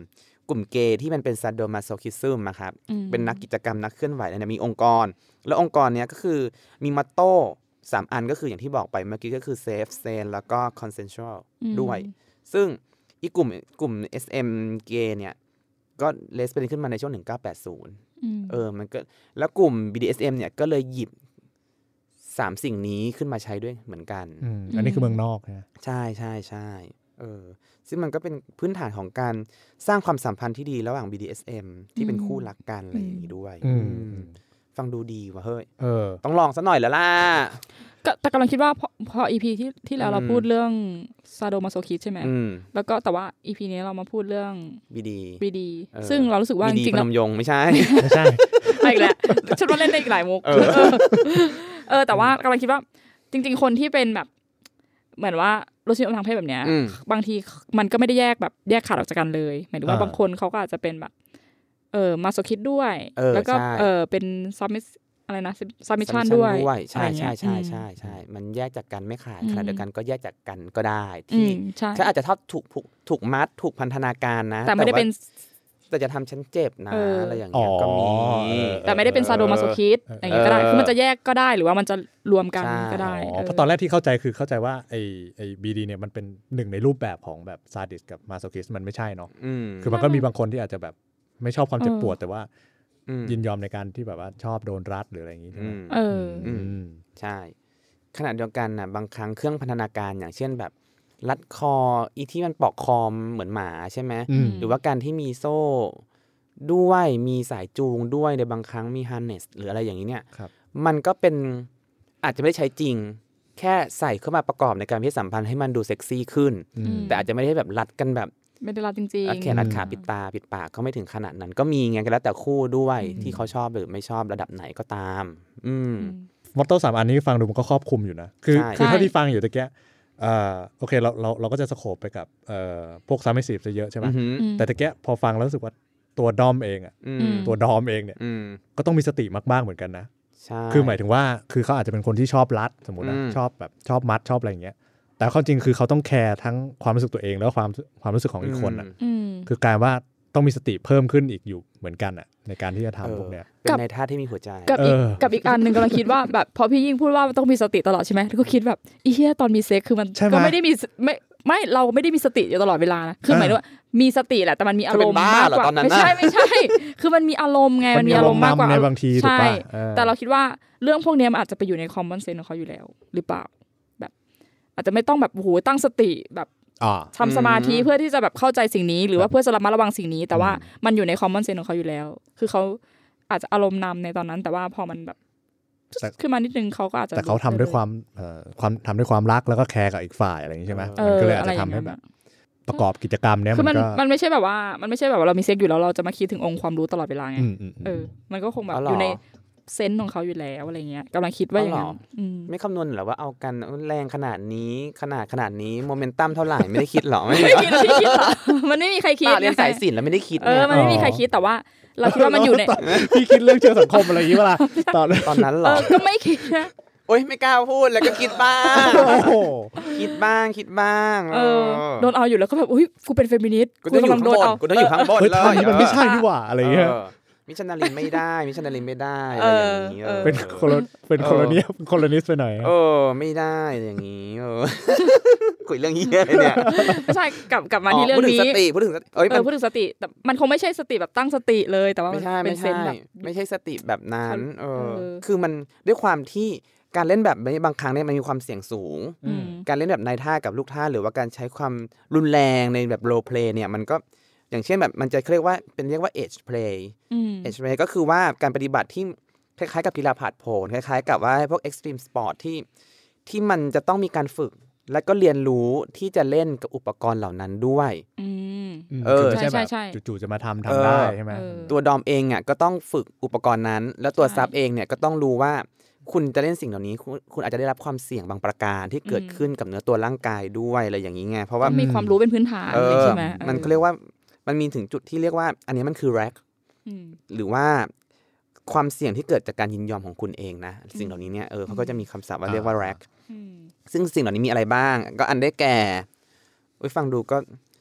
Speaker 3: กลุ่มเกย์ที่มันเป็นซาโดมาโซคิซึมอะครับเป็นนักกิจกรรมนักเคลื่อนไหวเนี่ยมีองค์กรแล้วองค์กรเนี้ยก็คือมีมอตโต้สามอันก็คืออย่างที่บอกไปเมื่อกี้ก็คือ safe sane แล้วก็ consensual ด้วยซึ่งอีกกลุ่มกลุ่ม เอส เอ็ม เกย์เนี่ยก็เลสเป็นขึ้นมาในช่วงหนึ่งพันเก้าร้อยแปดสิบเออมันก็แล้วกลุ่ม บี ดี เอส เอ็ม เนี่ยก็เลยหยิบสามสิ่งนี้ขึ้นมาใช้ด้วยเหมือนกัน
Speaker 1: อ, อันนี้คือเมืองนอกนะ
Speaker 3: ใช่ใช่ใช่เออซึ่งมันก็เป็นพื้นฐานของการสร้างความสัมพันธ์ที่ดีระหว่าง บี ดี เอส เอ็ม ที่เป็นคู่รักกันอะไรอย่างนี้ด้วยฟังดูดีว่ะเฮ้ยเออต้องลองซะหน่อยแล้วล่ะ
Speaker 4: แต่กำลังคิดว่าพอพอ อี พี ที่ที่แล้วเราพูดเรื่องซาโดมาโซคิสใช่ไหมแล้วก็แต่ว่า อี พี นี้เรามาพูดเรื่อง
Speaker 3: บี ดี
Speaker 4: บี ดี ซึ่งเรารู้สึกว่าจริงๆ
Speaker 3: แล้วพนมยงค์ไม่ใช่
Speaker 1: ไม่ใช่
Speaker 4: อีกแล้วฉันว่าเล่นได้อีกหลายมุกเออแต่ว่ากำลังคิดว่าจริงๆคนที่เป็นแบบเหมือนว่ารสนิยมทางเพศแบบเนี้ยบางทีมันก็ไม่ได้แยกแบบแยกขาดออกจากกันเลยหมายถึงว่าบางคนเขาก็อาจจะเป็นแบบเออมาโซคิสด้วยแล้วก็เออเป็นซับมิสอะไรนะซับมิชชั่นด้วย
Speaker 3: ใช่ใช่ใช่ใช่ใช่มันแยกจากกันไม่ขาดขณะเดียวกันก็แยกจากกันก็ได้ที่ฉันอาจจะชอบถูกถูกมัดถูกพันธนาการนะ
Speaker 4: แต่ไม่ได้เป็น
Speaker 3: แต่จะทำฉันเจ็บนะอะไรอย่างเงี้ยก็มี
Speaker 4: แต่ไม่ได้เป็นซาโดมาโซคิสอย่างเงี้ยก็ได้คือมันจะแยกก็ได้หรือว่ามันจะรวมกันก็ได้
Speaker 1: เพราะตอนแรกที่เข้าใจคือเข้าใจว่าไอ้ไอ้ บี ดี เนี่ยมันเป็นหนึ่งในรูปแบบของแบบซาดิสกับมาโซคิสมันไม่ใช่เนาะคือมันก็มีบางคนที่อาจจะแบบไม่ชอบความเจ็บปวดแต่ว่ายินยอมในการที่แบบว่าชอบโดนรัดหรืออะไรอย่างงี้ใช่ไหม
Speaker 4: เออ
Speaker 3: ใช่ขณะเดียวกันนะบางครั้งเครื่องพันธนาการอย่างเช่นแบบรัดคออีที่มันปอกคอมเหมือนหมาใช่ไหมหรือว่าการที่มีโซ่ด้วยมีสายจูงด้วยในบางครั้งมีฮาร์เนสหรืออะไรอย่างนี้เนี่ยมันก็เป็นอาจจะไม่ได้ใช้จริงแค่ใส่เข้ามาประกอบในการเพศสัมพันธ์ให้มันดูเซ็กซี่ขึ้นแต่อาจจะไม่ได้แบบรัดกันแบบ
Speaker 4: ไม่ได้รัดจริง
Speaker 3: ๆแขนรัดขาปิดตาปิดปากเขาไม่ถึงขนาดนั้นก็มีไงกันแล้วแต่คู่ด้วยที่เขาชอบหรือไม่ชอบระดับไหนก็ตามอืม
Speaker 1: มอตโต้สามอันนี้ฟังดูมันก็ครอบคลุมอยู่นะคือคือถ้าที่ฟังอยู่ตะเกียอ่าโอเคเราเราเราก็จะสโคปไปกับเอ่อพวกซัมมิสซีฟซะเยอะใช่ไหมแต่ตะเกียพอฟังแล้วรู้สึกว่าตัวดอมเองอ่ะตัวดอมเองเนี่ยก็ต้องมีสติมากๆเหมือนกันนะคือหมายถึงว่าคือเขาอาจจะเป็นคนที่ชอบรัดสมมตินะชอบแบบชอบมัดชอบอะไรอย่างเงี้ยแต่ความจริงคือเขาต้องแคร์ทั้งความรู้สึกตัวเองแล้วความความรู้สึกของอีกคนอ่ะคือการว่าต้องมีสติเพิ่มขึ้นอีกอยู่เหมือนกันอ่ะในการที่จะทำพวกเนี้ย
Speaker 3: เป็นในท่าที่มีหัวใจ
Speaker 4: กับอีกกับอีกอันนึงกำลังคิดว่าแบบพอพี่ยิ่งพูดว่าต้องมีสติตลอดใช่ไหมก็คิดแบบอีเหี้ยตอนมีเซ็กคือมันก็ไม่ได้มีไม่ไม่เราไม่ได้มีสติอยู่ตลอดเวลานะคือหมายถึงว่ามีสติแหละแต่มันมีอารมณ์มากกว่าไม่ใช่ไม่ใช่คือมันมีอารมณ์ไงมันมีอารมณ์มากกว่า
Speaker 1: ในบางที
Speaker 4: ใช่แต่เราคิดว่าเรื่องพวกนี้มันอาจจะไปอยู่ในคอมมอนเซนส์ของเขาอยู่แล้วหรือเปล่าแบบอาจจะไม่ต้องแบบโอ้โหตั้งสติแบบทำสมาธิเพื่อที่จะแบบเข้าใจสิ่งนี้หรือว่าเพื่อจะระมัดระวังสิ่งนี้แต่ว่ามันอยู่ในคอมมอนเซนส์ของเขาอยู่แล้วคือเขาอาจจะอารมณ์นำในตอนนั้นแต่ว่าพอมันแบบขึ้นมานิดนึงเขาก็อาจจะ
Speaker 1: แต่เขาทำด้วยความความทำด้วยความรักแล้วก็แคร์กับอีกฝ่ายอะไรอย่างนี้ใช่ไหมมันก็เลยอาจจะทำให้แบบประกอบกิจกรรมเนี้ย
Speaker 4: คือ
Speaker 1: มัน
Speaker 4: มันไม่ใช่แบบว่ามันไม่ใช่แบบว่าเรามีเซ็กอยู่แล้วเราจะมาคิดถึงองค์ความรู้ตลอดเวลาไงเออมันก็คงแบบอยู่ในเซนส์ของเขาอยู่แล้วอะไรเงี้ยกำลังคิดว่าอย่างนั้น
Speaker 3: ไม่คำนวณหรอว่าเอากันแรงขนาดนี้ขนาดขนาดนี้โมเมนตัมเท่าไหร่ไม่ได้คิดหรอ
Speaker 4: ไม่คิดไม่คิดหรอมันไม่มีใครคิด
Speaker 3: เรียนสายศิลป์แล้วไม่ได้คิด
Speaker 4: เออมันไม่มีใครคิดแต่ว่าเราคิดว่ามันอยู่ใน
Speaker 1: พี่คิดเรื่องเชิงสังคมอะไรอย่างงี้ป่ะล่ะตอน
Speaker 3: ตอนนั้นหรอ
Speaker 4: ก็ไม่คิดนะ
Speaker 3: โอ๊ยไม่กล้าพูดแล้วก็คิดบ้างคิดบ้างคิดบ้าง
Speaker 4: เออโดนเอาอยู่แล้วก็แบบอุ้ยกูเป็นเฟมินิสต์
Speaker 3: กูกำลังโดนเอากูต้องอยู่ข้างบนเลย
Speaker 1: มันไม่ใช่นี่หว่าอะไรเงี้ย
Speaker 3: มิชชันนารีไม่ได้มิชชันนารีไม่ได้อะไรอย่างนี้
Speaker 1: เป็นโคโลเป็นโคโลเนียโคโลนิสต์ไปหน่อย
Speaker 3: เออไม่ได้อย่างนี้เออคุยเรื่องนี้เนี่ย
Speaker 4: ไม่ใช่กลับกลับมาที่เรื่องนี้
Speaker 3: พูดถึงสติพูดถึงเอ้ย
Speaker 4: พูดถึงสติแต่มันคงไม่ใช่สติแบบตั้งสติเลยแต่ว่ามันเป็นเซนส์แบบ
Speaker 3: ไม่ใช่สติแบบนั้นเออคือมันด้วยความที่การเล่นแบบบางครั้งเนี่ยมันมีความเสี่ยงสูงการเล่นแบบนายท่ากับลูกท่าหรือว่าการใช้ความรุนแรงในแบบโรลเพลย์เนี่ยมันก็อย่างเช่นแบบมันจะเรียกว่าเป็นเรียกว่า edge play edge play ก็คือว่าการปฏิบัติที่คล้ายๆกับกีฬาผาดโผนคล้ายๆกับว่าพวก extreme sport ที่ที่มันจะต้องมีการฝึกและก็เรียนรู้ที่จะเล่นกับอุปกรณ์เหล่านั้นด้วย
Speaker 1: เออใช่ใช่ใช่จู่ๆจะมาทำทำได้ใช่ไหม
Speaker 3: ตัวดอมเองอ่ะก็ต้องฝึกอุปกรณ์นั้นแล้วตัวซับเองเนี่ยก็ต้องรู้ว่าคุณจะเล่นสิ่งเหล่านี้คุณอาจจะได้รับความเสี่ยงบางประการที่เกิดขึ้นกับเนื้อตัวร่างกายด้วยอะไรอย่างนี้ไงเพราะว่า
Speaker 4: มีความรู้เป็นพื้นฐานใช่ไหม
Speaker 3: มันเขาเรียกว่ามันมีถึงจุดที่เรียกว่าอันนี้มันคือ แร็ก หรือว่าความเสี่ยงที่เกิดจากการยินยอมของคุณเองนะสิ่งเหล่านี้เนี่ยเออเขาก็จะมีคำศัพท์ว่าเรียกว่า แร็ก ซึ่งสิ่งเหล่านี้มีอะไรบ้างก็อันได้แก่ฟังดูก็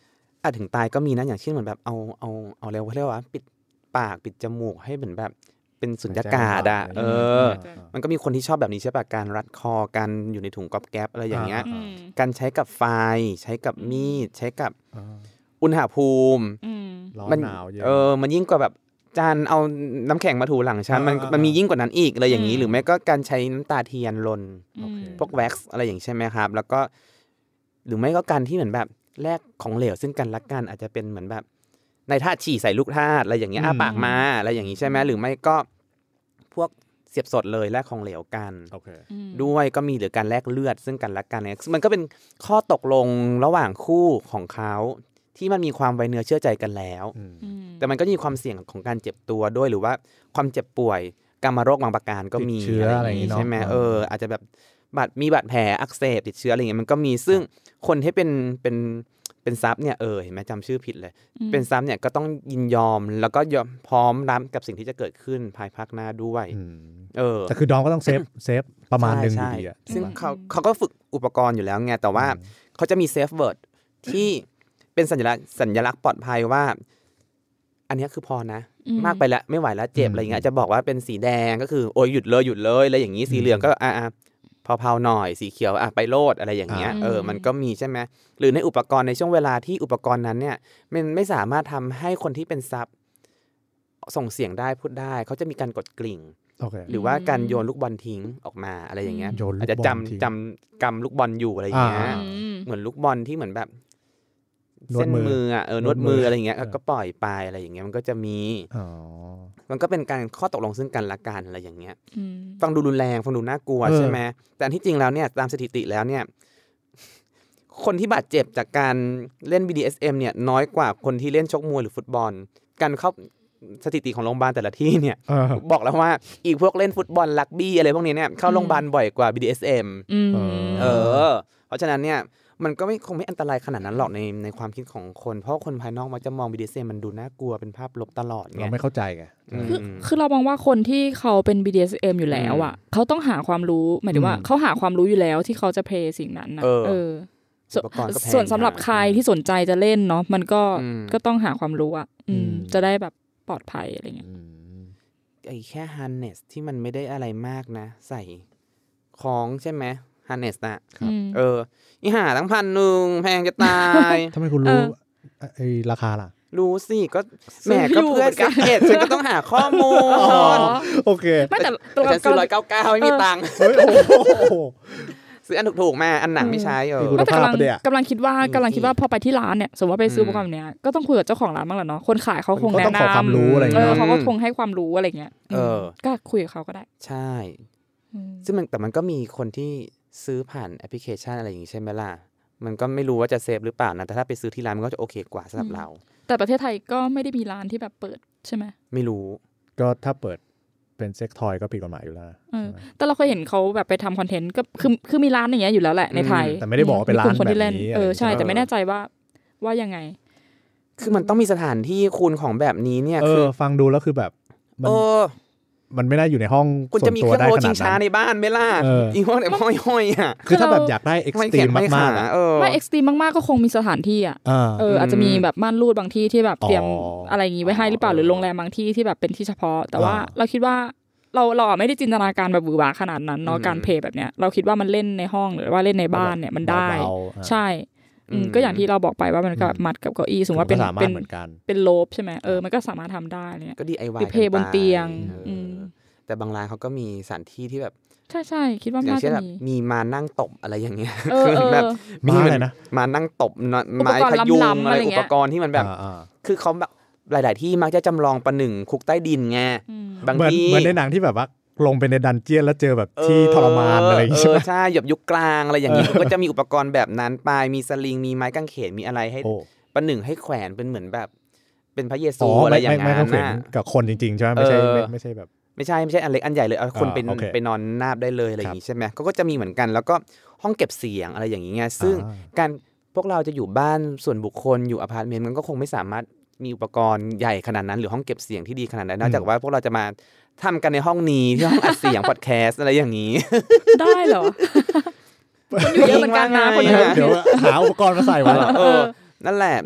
Speaker 3: อาจถึงตายก็มีนะอย่างเช่นเหมือนแบบเอาเอาเอาเรียกว่าเรียกว่าปิดปากปิดจมูกให้เหมือนแบบเป็นสุญญากาศอ่ะเออมันก็มีคนที่ชอบแบบนี้ใช่ป่ะการรัดคอกันอยู่ในถุงก๊อบแก๊บอะไรอย่างเงี้ยการใช้กับไฟใช้กับมีดใช้กับอุณหภูมิ
Speaker 1: มัน
Speaker 3: เออมันยิ่งกว่าแบบจานเอาน้ำแข็งมาถูหลังฉันมันมันมียิ่งกว่านั้นอีกอะไรอย่างนี้หรือไม่ก็การใช้น้ำตาเทียนลนพวกแว็กซ์อะไรอย่างใช่ไหมครับแล้วก็หรือไม่ก็การที่เหมือนแบบแลกของเหลวซึ่งกันและกันอาจจะเป็นเหมือนแบบในธาตุฉี่ใส่ลูกธาตุอะไรอย่างเงี้ยอ้าปากมาอะไรอย่างนี้ใช่ไหมหรือไม่ก็พวกเสียบสดเลยแลกของเหลวกันด้วยก็มีหรือการแลกเลือดซึ่งกันและกันเนี่ยมันก็เป็นข้อตกลงระหว่างคู่ของเขาที่มันมีความไว้เนื้อเชื่อใจกันแล้วแต่มันก็มีความเสี่ยงของการเจ็บตัวด้วยหรือว่าความเจ็บป่วยกามโรคบางประการก็มีอะไรอย่างนี้ใช่ไหมเอออาจจะแบบบาดมีบาดแผลอักเสบติดเชื้ออะไรอย่างเงี้ยมันก็มีซึ่งคนที่เป็นเป็นเป็นซับเนี่ยเออเห็นไหมจำชื่อผิดเลยเป็นซับเนี่ยก็ต้องยินยอมแล้วก็ยอมพร้อมรับกับสิ่งที่จะเกิดขึ้นภายภาคหน้าด้วยเออ
Speaker 1: แต่คือดอมก็ต้องเซฟเซฟประมาณนึงอยู่ดีอ่ะ
Speaker 3: ซึ่งเขาเขาก็ฝึกอุปกรณ์อยู่แล้วไงแต่ว่าเขาจะมีเซฟเวิร์ดที่เป็นสัญลักษณ์สัญลักษณ์ปลอดภัยว่าอันนี้คือพอนะมากไปแล้วไม่ไหวแล้วเจ็บอะไรเงี้ยจะบอกว่าเป็นสีแดงก็คือโอ้ยหยุดเลยหยุดเลยอะไรอย่างนี้สีเหลืองก็อ่าเผาๆหน่อยสีเขียวอ่ะไปโลดอะไรอย่างเงี้ยเออมันก็มีใช่ไหมหรือในอุปกรณ์ในช่วงเวลาที่อุปกรณ์นั้นเนี่ยมันไม่สามารถทำให้คนที่เป็นซับส่งเสียงได้พูดได้เขาจะมีการกดกลิ่ง
Speaker 1: okay.
Speaker 3: หรือว่าการโยนลูกบอลทิ้งออกมาอะไรอย่างเงี้ยอาจจะจำจำกำลูกบอลอยู่อะไรอย่างเงี้ยเหมือนลูกบอลที่เหมือนแบบเส้นมืออ่ะเออนวดมืออะไรอย่างเงี้ยก็ปล่อยไปอะไรอย่างเงี้ยมันก็จะมีมันก็เป็นการข้อตกลงซึ่งกันและกันอะไรอย่างเงี้ยฟังดูรุนแรงฟังดูน่ากลัวใช่ไหมแต่ที่จริงแล้วเนี่ยตามสถิติแล้วเนี่ยคนที่บาดเจ็บจากการเล่น บี ดี เอส เอ็ม เนี่ยน้อยกว่าคนที่เล่นชกมวยหรือฟุตบอลการเข้าสถิติของโรงพยาบาลแต่ละที่เนี่ยบอกแล้วว่าอีกพวกเล่นฟุตบอลรักบี้อะไรพวกนี้เนี่ยเข้าโรงพยาบาลบ่อยกว่า บี ดี เอส เอ็ม เออเพราะฉะนั้นเนี่ยมันก็ไม่คงไม่อันตรายขนาดนั้นหรอกในในความคิดของคนเพราะคนภายนอกมักจะมอง บี ดี เอส เอ็ม มันดูน่ากลัวเป็นภาพลบตลอดไง
Speaker 1: เราไม่เข้าใจไง
Speaker 4: คือคือเรามองว่าคนที่เขาเป็น บี ดี เอส เอ็ม อยู่แล้วอ่ะเขาต้องหาความรู้หมายถึงว่าเขาหาความรู้อยู่แล้วที่เขาจะเพลย์สิ่งนั้นนะเออส่วนสำหรับใครที่สนใจจะเล่นเนาะมันก็ก็ต้องหาความรู้อ่ะจะได้แบบปลอดภัยอะไรเงี้ย
Speaker 3: ไอ้แค่ harness ที่มันไม่ได้อะไรมากนะใส่ของใช่ไหมharness น่ะเอออีห่าตั้งพันหนึ่งแพงจะตาย
Speaker 1: ทำไมคุณรู้ไอ้ราคาล่ะ
Speaker 3: รู้สิก็แหมก็เพื่อสังเกตฉันก็ต้องหาข้อมูล
Speaker 1: โอเค
Speaker 4: ไม่แต่
Speaker 3: ฉันซื้อหนึ่งร้อยเก้าสิบเก้าไม่มีตังค์ซื้ออันถูกๆมาอันหนังไม่ใช้เออ
Speaker 4: แต่กำลังกำลังคิดว่ากำลังคิดว่าพอไปที่ร้านเนี่ยสมมติว่าไปซื้ออุปกรณ์เนี้ยก็ต้องคุยกับเจ้าของร้านบ้างแหละเนาะคนขายเขาคงแนะนำ
Speaker 1: เขาความรู้อะไรเงี้ย
Speaker 4: เขาก็คงให้ความรู้อะไรเงี้ยเออก็คุยกับเขาก็ได้
Speaker 3: ใช่ซึ่งมันแต่มันก็มีคนที่ซื้อผ่านแอปพลิเคชันอะไรอย่างงี้ใช่ไหมล่ะมันก็ไม่รู้ว่าจะเซฟหรือเปล่านะแต่ถ้าไปซื้อที่ร้านมันก็จะโอเคกว่าสำหรับเรา
Speaker 4: แต่ประเทศไทยก็ไม่ได้มีร้านที่แบบเปิดใช่ไหม
Speaker 3: ไม่รู้
Speaker 1: ก็ถ้าเปิดเป็นเซ็กทอยก็ผิดกฎหมายอยู่แล้ว
Speaker 4: แต่เราเคยเห็นเขาแบบไปทำคอนเทนต์ก็คือคือมีร้านอย่างเงี้ยอยู่แล้วแหละในไทย
Speaker 1: แต่ไม่ได้บอกว่าเป็นร้านแบบนี้
Speaker 4: เออใช่แต่ไม่แน่ใจว่าว่ายังไง
Speaker 3: คือมันต้องมีสถานที่คุณของแบบนี้เนี่ย
Speaker 1: คือฟังดูแล้วคือแบบ
Speaker 3: เออ
Speaker 1: มันไม่ได้อยู่ในห้อง
Speaker 3: คุณจะมีเครื่องโรชิงช้าในบ้านไหมล่ะอีห้องไหนห้อยๆอ่ะ
Speaker 1: คือถ้าแบบอยากได้เอ็กซ์ตรีมมาก
Speaker 4: ๆไม่เอ็กซ์ตรีมมากๆก็คงมีสถานที่อ่ะเอออาจจะมีแบบม่านรูดบางที่ที่แบบเตรียมอะไรอย่างงี้ไว้ให้หรือเปล่าหรือโรงแรมบางที่ที่แบบเป็นที่เฉพาะแต่ว่าเราคิดว่าเราเราไม่ได้จินตนาการแบบหวือหวาขนาดนั้นเนาะการเพลย์แบบเนี้ยเราคิดว่ามันเล่นในห้องหรือว่าเล่นในบ้านเนี่ยมันได้ใช่ก็อย่างที่เราบอกไปว่ามันก็มัดกับเก้าอี้สมมติว่าเป็นเป็นเป็นโลบใช่ไหมเออมันก็สามารถทำได้เนี่ย
Speaker 3: ก็ ดี ไอ วาย
Speaker 4: เพลย์บนเตียง
Speaker 3: แต่บางร้านเขาก็มีสถานที่ที่แบบ
Speaker 4: ใช่ใช่คิดว่าน่าจะมี
Speaker 3: มีมานั่งตบอะไรอย่างเงี้ย
Speaker 4: คือ
Speaker 3: แบบมีอะไรนะมานั่งตบไม้พยุงอะไรอุปกรณ์ที่มันแบบคือเขาแบบหลายๆที่มักจะจำลองประหนึ่งคุกใต้ดินไง
Speaker 1: บางทีเหมือนในหนังที่แบบว่าลงไปในดันเจี้ยนแล้วเจอแบบที่ทรมานอะไรอย่างเงี้ยใช่ไหม
Speaker 3: ใช่หยบยุคกลางอะไรอย่างเงี้ยก็จะมีอุปกรณ์แบบนั้นไปมีสลิงมีไม้กางเขนมีอะไรให้ประหนึ่งให้แขวนเป็นเหมือนแบบเป็นพระเยซูอะไรอย่างเงี้ย
Speaker 1: นะกับคนจริงๆใช่ไหมไม่ใช่ไม่ใช่แบบ
Speaker 3: ไม่ใช่ไม่ใช่อันเล็กอันใหญ่เลยเอาคนเป็นไปนอนนาบได้เลยอะไรอย่างงี้ใช่ไหมเขาก็จะมีเหมือนกันแล้วก็ห้องเก็บเสียงอะไรอย่างเงี้ยซึ่งการพวกเราจะอยู่บ้านส่วนบุคคลอยู่อพาร์ตเมนต์มันก็คงไม่สามารถมีอุปกรณ์ใหญ่ขนาดนั้นหรือห้องเก็บเสียงที่ดีขนาดนั้นนอกจากว่าพวกเราจะมาทำกันในห้องนี้ที่ห้องอัดเสียงพอดแคสต์อะไรอย่างนี้
Speaker 4: ได้เหรออยู่เยอะเหมือนกันนะคน
Speaker 1: เดี๋ยวหาอุปกรณ์มาใส่ไว้
Speaker 3: เออนั่นแหละ
Speaker 4: มา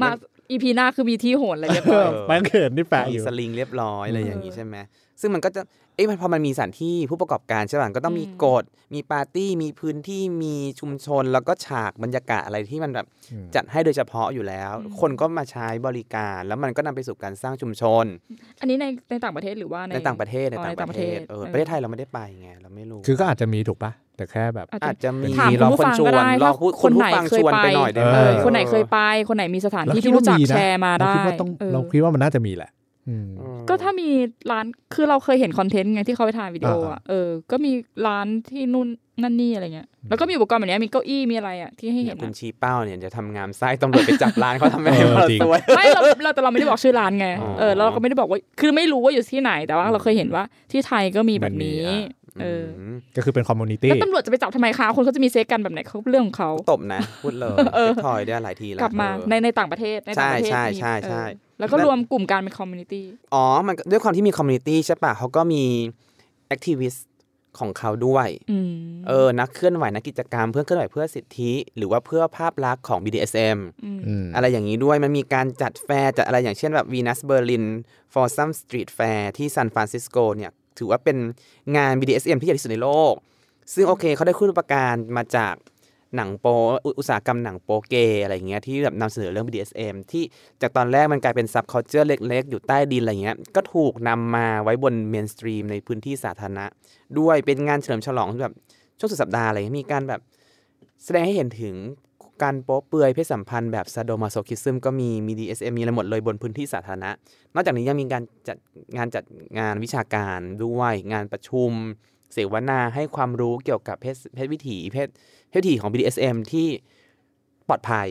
Speaker 4: อี พี หน้าคือมีที่โหนอะไรเรียบร้อย
Speaker 1: แป้งเขินนี่แปะอยู่
Speaker 3: มีสลิงเรียบร้อยอะไรอย่างนี้ใช่ไหมซึ่งมันก็จะเอ๊ะพอมันมีสถานที่ผู้ประกอบการใช่ไหมก็ต้องมีกฎมีปาร์ตี้มีพื้นที่มีชุมชนแล้วก็ฉากบรรยากาศอะไรที่มันแบบจัดให้โดยเฉพาะอยู่แล้วคนก็มาใช้บริการแล้วมันก็นำไปสู่การสร้างชุมชน
Speaker 4: อันนี้ในในต่างประเทศหรือว่าใน
Speaker 3: ในต่างประเทศในต่างประเทศเออประเทศไทยเราไม่ได้ไปไงเราไม่รู้
Speaker 1: คือก็อาจจะมีถูกปะแต่แค่แบบ
Speaker 3: อาจจะมี
Speaker 4: รอ
Speaker 3: คนชวนรอคนผู้ฟังชวนไปหน่อยได้ไหม
Speaker 4: คนไหนเคยไปคนไหนมีสถานที่ที่รู้จักแชร์มาได้
Speaker 1: เราคิดว่ามันน่าจะมีแหละ
Speaker 4: ก็ถ้ามีร้านคือเราเคยเห็นคอนเทนต์ไงที่เขาไปถ่ายวิดีโออ่ะเออก็มีร้านที่นู่นนั่นนี่อะไรเงี้ยแล้วก็มีอุปกรณ์แบบนี้มีเก้าอี้มีอะไรอ่ะที่ให้เห็น
Speaker 3: คุณชี้เป้าเนี่ยจะทำงานไส้ตำรวจไปจับร้านเขาทำไมเราสวย
Speaker 4: ไม่เราเราแต่เราไม่ได้บอกชื่อร้านไงเออเราก็ไม่ได้บอกว่าคือไม่รู้ว่าอยู่ที่ไหนแต่ว่าเราเคยเห็นว่าที่ไทยก็มีแบบนี้เออ
Speaker 1: ก็คือเป็นคอมมูนิตี้
Speaker 4: แล้วตำรวจจะไปจับทำไมคะคนเขาจะมีเซ็กกันแบบไหนเขาเรื่องของเขา
Speaker 3: ตบนะพูดเลยทอยได้หลายทีแล้ว
Speaker 4: กลับมาในในต่างประเทศในต่างประเทศ
Speaker 3: ใช่ใช่ใช่
Speaker 4: แล้วก็รวมกลุ่มการเป็นคอมมูนิตี้
Speaker 3: อ๋อมันด้วยความที่มีคอมมูนิตี้ใช่ป่ะเขาก็มีแอคทิวิสต์ของเขาด้วยเออนักเคลื่อนไหวนักกิจกรรมเพื่อเคลื่อนไหวเพื่อสิทธิหรือว่าเพื่อภาพลักษณ์ของ บี ดี เอส เอ็ม อะไรอย่างนี้ด้วยมันมีการจัดแฟร์จัดอะไรอย่างเช่นแบบ Venus Berlin Folsom Street Fair ที่ซานฟรานซิสโกเนี่ยถือว่าเป็นงาน บี ดี เอส เอ็ม ที่ใหญ่ที่สุดในโลกซึ่งโอเคเขาได้คุณอุปการมาจากหนังโปอุตสาหกรรมหนังโปเกอะไรอย่างเงี้ยที่แบบนำเสนอเรื่อง บี ดี เอส เอ็ม ที่จากตอนแรกมันกลายเป็นซับคัลเจอร์เล็กๆอยู่ใต้ดินอะไรเงี้ยก็ถูกนำมาไว้บนเมนสตรีมในพื้นที่สาธารณะด้วยเป็นงานเฉลิมฉลองแบบช่วงสุดสัปดาห์อะไรมีการแบบแสดงให้เห็นถึงการโป๊เปลือยเพศสัมพันธ์แบบซาโดมาโซคิซึมก็มีมี ดี เอส เอ็ม มีอะไรหมดเลยบนพื้นที่สาธารณะนอกจากนี้ยังมีการจัดงานจัดงานวิชาการด้วยงานประชุมเสวนาให้ความรู้เกี่ยวกับเพศเพศวิถีเพศเพศวิถีของ บี ดี เอส เอ็ม ที่ปลอดภัย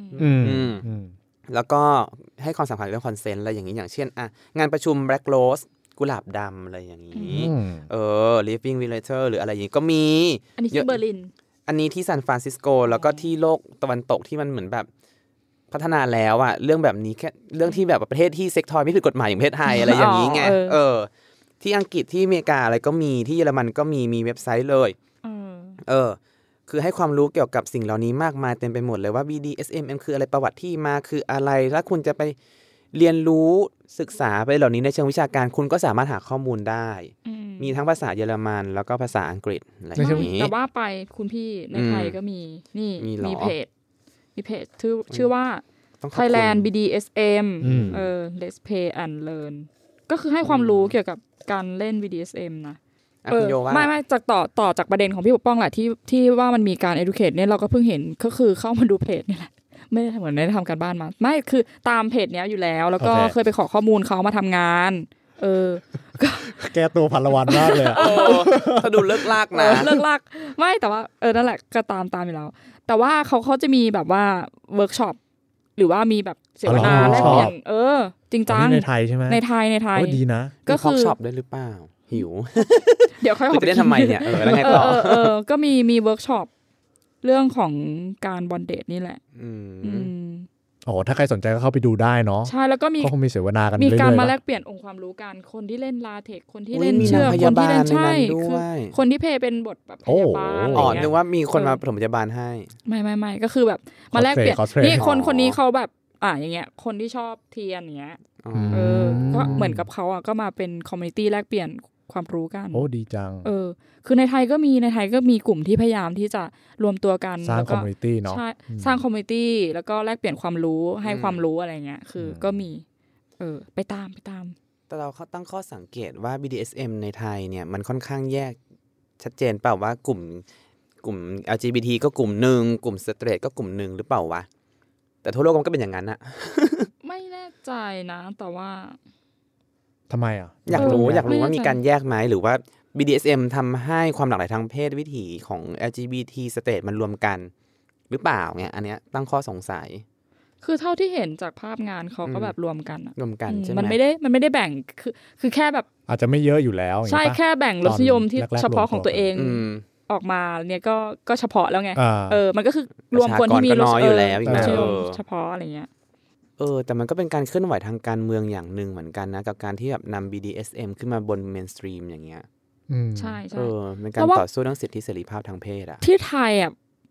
Speaker 3: แล้วก็ให้ความสำคัญเรื่องคอนเซนต์อะไรอย่างนี้อย่างเช่นอ่ะงานประชุม Black Rose กุหลาบดำอะไรอย่างนี้เออ Living Villager หรืออะไรอย่างนี้ก็มี
Speaker 4: อันนี้ที่เบอร์ลิน
Speaker 3: อันนี้ที่ซานฟรานซิสโกแล้วก็ที่โลกตะวันตกที่มันเหมือนแบบพัฒนาแล้วอะเรื่องแบบนี้แค่เรื่องที่แบบประเทศที่เซ็กทอยไม่ผิดกฎหมายอย่างประเทศไทยอะไรอย่างนี้ไงเออที่อังกฤษที่อเมริกาอะไรก็มีที่เยอรมันก็มีมีเว็บไซต์เลยเออคือให้ความรู้เกี่ยวกับสิ่งเหล่านี้มากมายเต็มไปหมดเลยว่า บี ดี เอส เอ็ม คืออะไรประวัติที่มาคืออะไรถ้าคุณจะไปเรียนรู้ศึกษาไปเหล่านี้ในเชิงวิชาการคุณก็สามารถหาข้อมูลได้มีทั้งภาษาเยอรมันแล้วก็ภาษาอังกฤษอะไรอย่างนี้
Speaker 4: แต่ว่าไปคุณพี่ในไทยก็มีนี่มีเพจมีเพจชื่อชื่อว่า Thailand บี ดี เอส เอ็ม เออ Let's Play and Learn ก็คือให้ความรู้เกี่ยวกับการเล่น บี ดี เอส เอ็ม นะเออไม่ไม่จากต่อต่อจากประเด็นของพี่ปกป้องแหละที่ที่ว่ามันมีการ educate เนี่ยเราก็เพิ่งเห็นก็คือเข้ามาดูเพจนี่แหละไม่ได้เหมือนไม่ได้ทำการบ้านมาไม่คือตามเพจเนี้ยอยู่แล้วแล้วก็ okay. เคยไปขอข้อมูลเขามาทำงานเออ
Speaker 1: แกตัวพันละวันมากเลยอ่ะ
Speaker 3: ถ้าดูเลิกลากนะ
Speaker 4: เลิกลากไม่แต่ว่าเออนั่นแหละก็ตามตามอยู่แล้วแต่ว่าเขาเขาจะมีแบบว่าเวิร์กช็อปหรือว่ามีแบบเสวนาแลกเปลี่ยนเออจริงจัง
Speaker 1: ในไทยใช่ไหม
Speaker 4: ในไทยในไทย
Speaker 1: ดีนะ
Speaker 3: ก็คือเวิร์กช็อปได้หรือเปล่าหิว
Speaker 4: เดี๋ยวค่อยขอ
Speaker 3: ไปเล่นทำไมเนี่ยเออแล้วไงต่อ
Speaker 4: เออก็มีมีเวิร์กช็อปเรื่องของการบอนเดทนี่แหละอื
Speaker 1: มโอ้ถ้าใครสนใจก็เข้าไปดูได้เนาะ
Speaker 4: ใช่แล้วก็มี
Speaker 1: ก็คงมีเสวนากัน
Speaker 4: มีการมาแลกเปลี่ยนองค์ความรู้กันคนที่เล่นลาเทคคนที่เล่นเชือกคนที่เล่นใช่คือคนที่เพย์เป็นบทแบบพยาบาล
Speaker 3: อ๋อนึกว่ามีคนมาปฐมพยาบาลให้
Speaker 4: ไม่ไม่ไม่ก็คือแบบมาแลกเปลี่ยนนี่คนคนนี้เขาแบบอ่าอย่างเงี้ยคนที่ชอบเทียนอย่างเงี้ยเออก็เหมือนกับเขาอ่ะก็มาเป็นคอมมูนิตี้แลกเปลี่ยนความรู้กัน
Speaker 1: โอ้ดีจัง
Speaker 4: เออคือในไทยก็มีในไทยก็มีกลุ่มที่พยายามที่จะรวมตัวกัน
Speaker 1: สร้างคอมมูนิตี้เนาะ
Speaker 4: ใช่สร้างคอมมูนิตี้แล้วก็แลกเปลี่ยนความรู้ให้ความรู้อะไรเงี้ยคือก็มีเออไปตามไปตาม
Speaker 3: แต่เราเขาตั้งข้อสังเกตว่า บี ดี เอส เอ็ม ในไทยเนี่ยมันค่อนข้างแยกชัดเจนเปล่าว่ากลุ่มกลุ่ม แอล จี บี ที ก็กลุ่มนึงกลุ่มสเตรทก็กลุ่มนึงหรือเปล่าวะแต่ทั่วโลกมันก็เป็นอย่างนั้นอะ
Speaker 4: ไม่แน่ใจนะแต่ว่า
Speaker 1: ทำไมอ่ะ
Speaker 3: อยากรู้อยากรู้ว่ามีการแยกไหมหรือว่า บี ดี เอส เอ็ม ทำให้ความหลากหลายทางเพศวิถีของ แอล จี บี ที state มันรวมกันหรือเปล่าเนี่ยอันเนี้ยตั้งข้อสงสัย
Speaker 4: คือเท่าที่เห็นจากภาพงานเขาก็แบบรวมกัน
Speaker 3: รวมกันใช่ไหม
Speaker 4: มันไม่ได้มันไม่ได้แบ่งคือคือแค่แบบ
Speaker 1: อาจจะไม่เยอะอยู่แล้ว
Speaker 4: ใช่แค่แบ่งรสนิยมที่เฉพาะของตัวเองออกมาเนี่ยก็ก็เฉพาะแล้วไงเออมันก็คือรวมคนที่มีรสนิยมเฉพาะอะไรเงี้ย
Speaker 3: เออแต่มันก็เป็นการเคลื่อนไหวทางการเมืองอย่างหนึ่งเหมือนกันนะกับการที่แบบนำ บี ดี เอส เอ็ม ขึ้นมาบนเมนสตรีมอย่างเงี้ย
Speaker 4: ใช่ใช่
Speaker 3: เออเป็นการต่อสู้เรื่องสิทธิเสรีภาพทางเพศอะ
Speaker 4: ที่ไทยอะ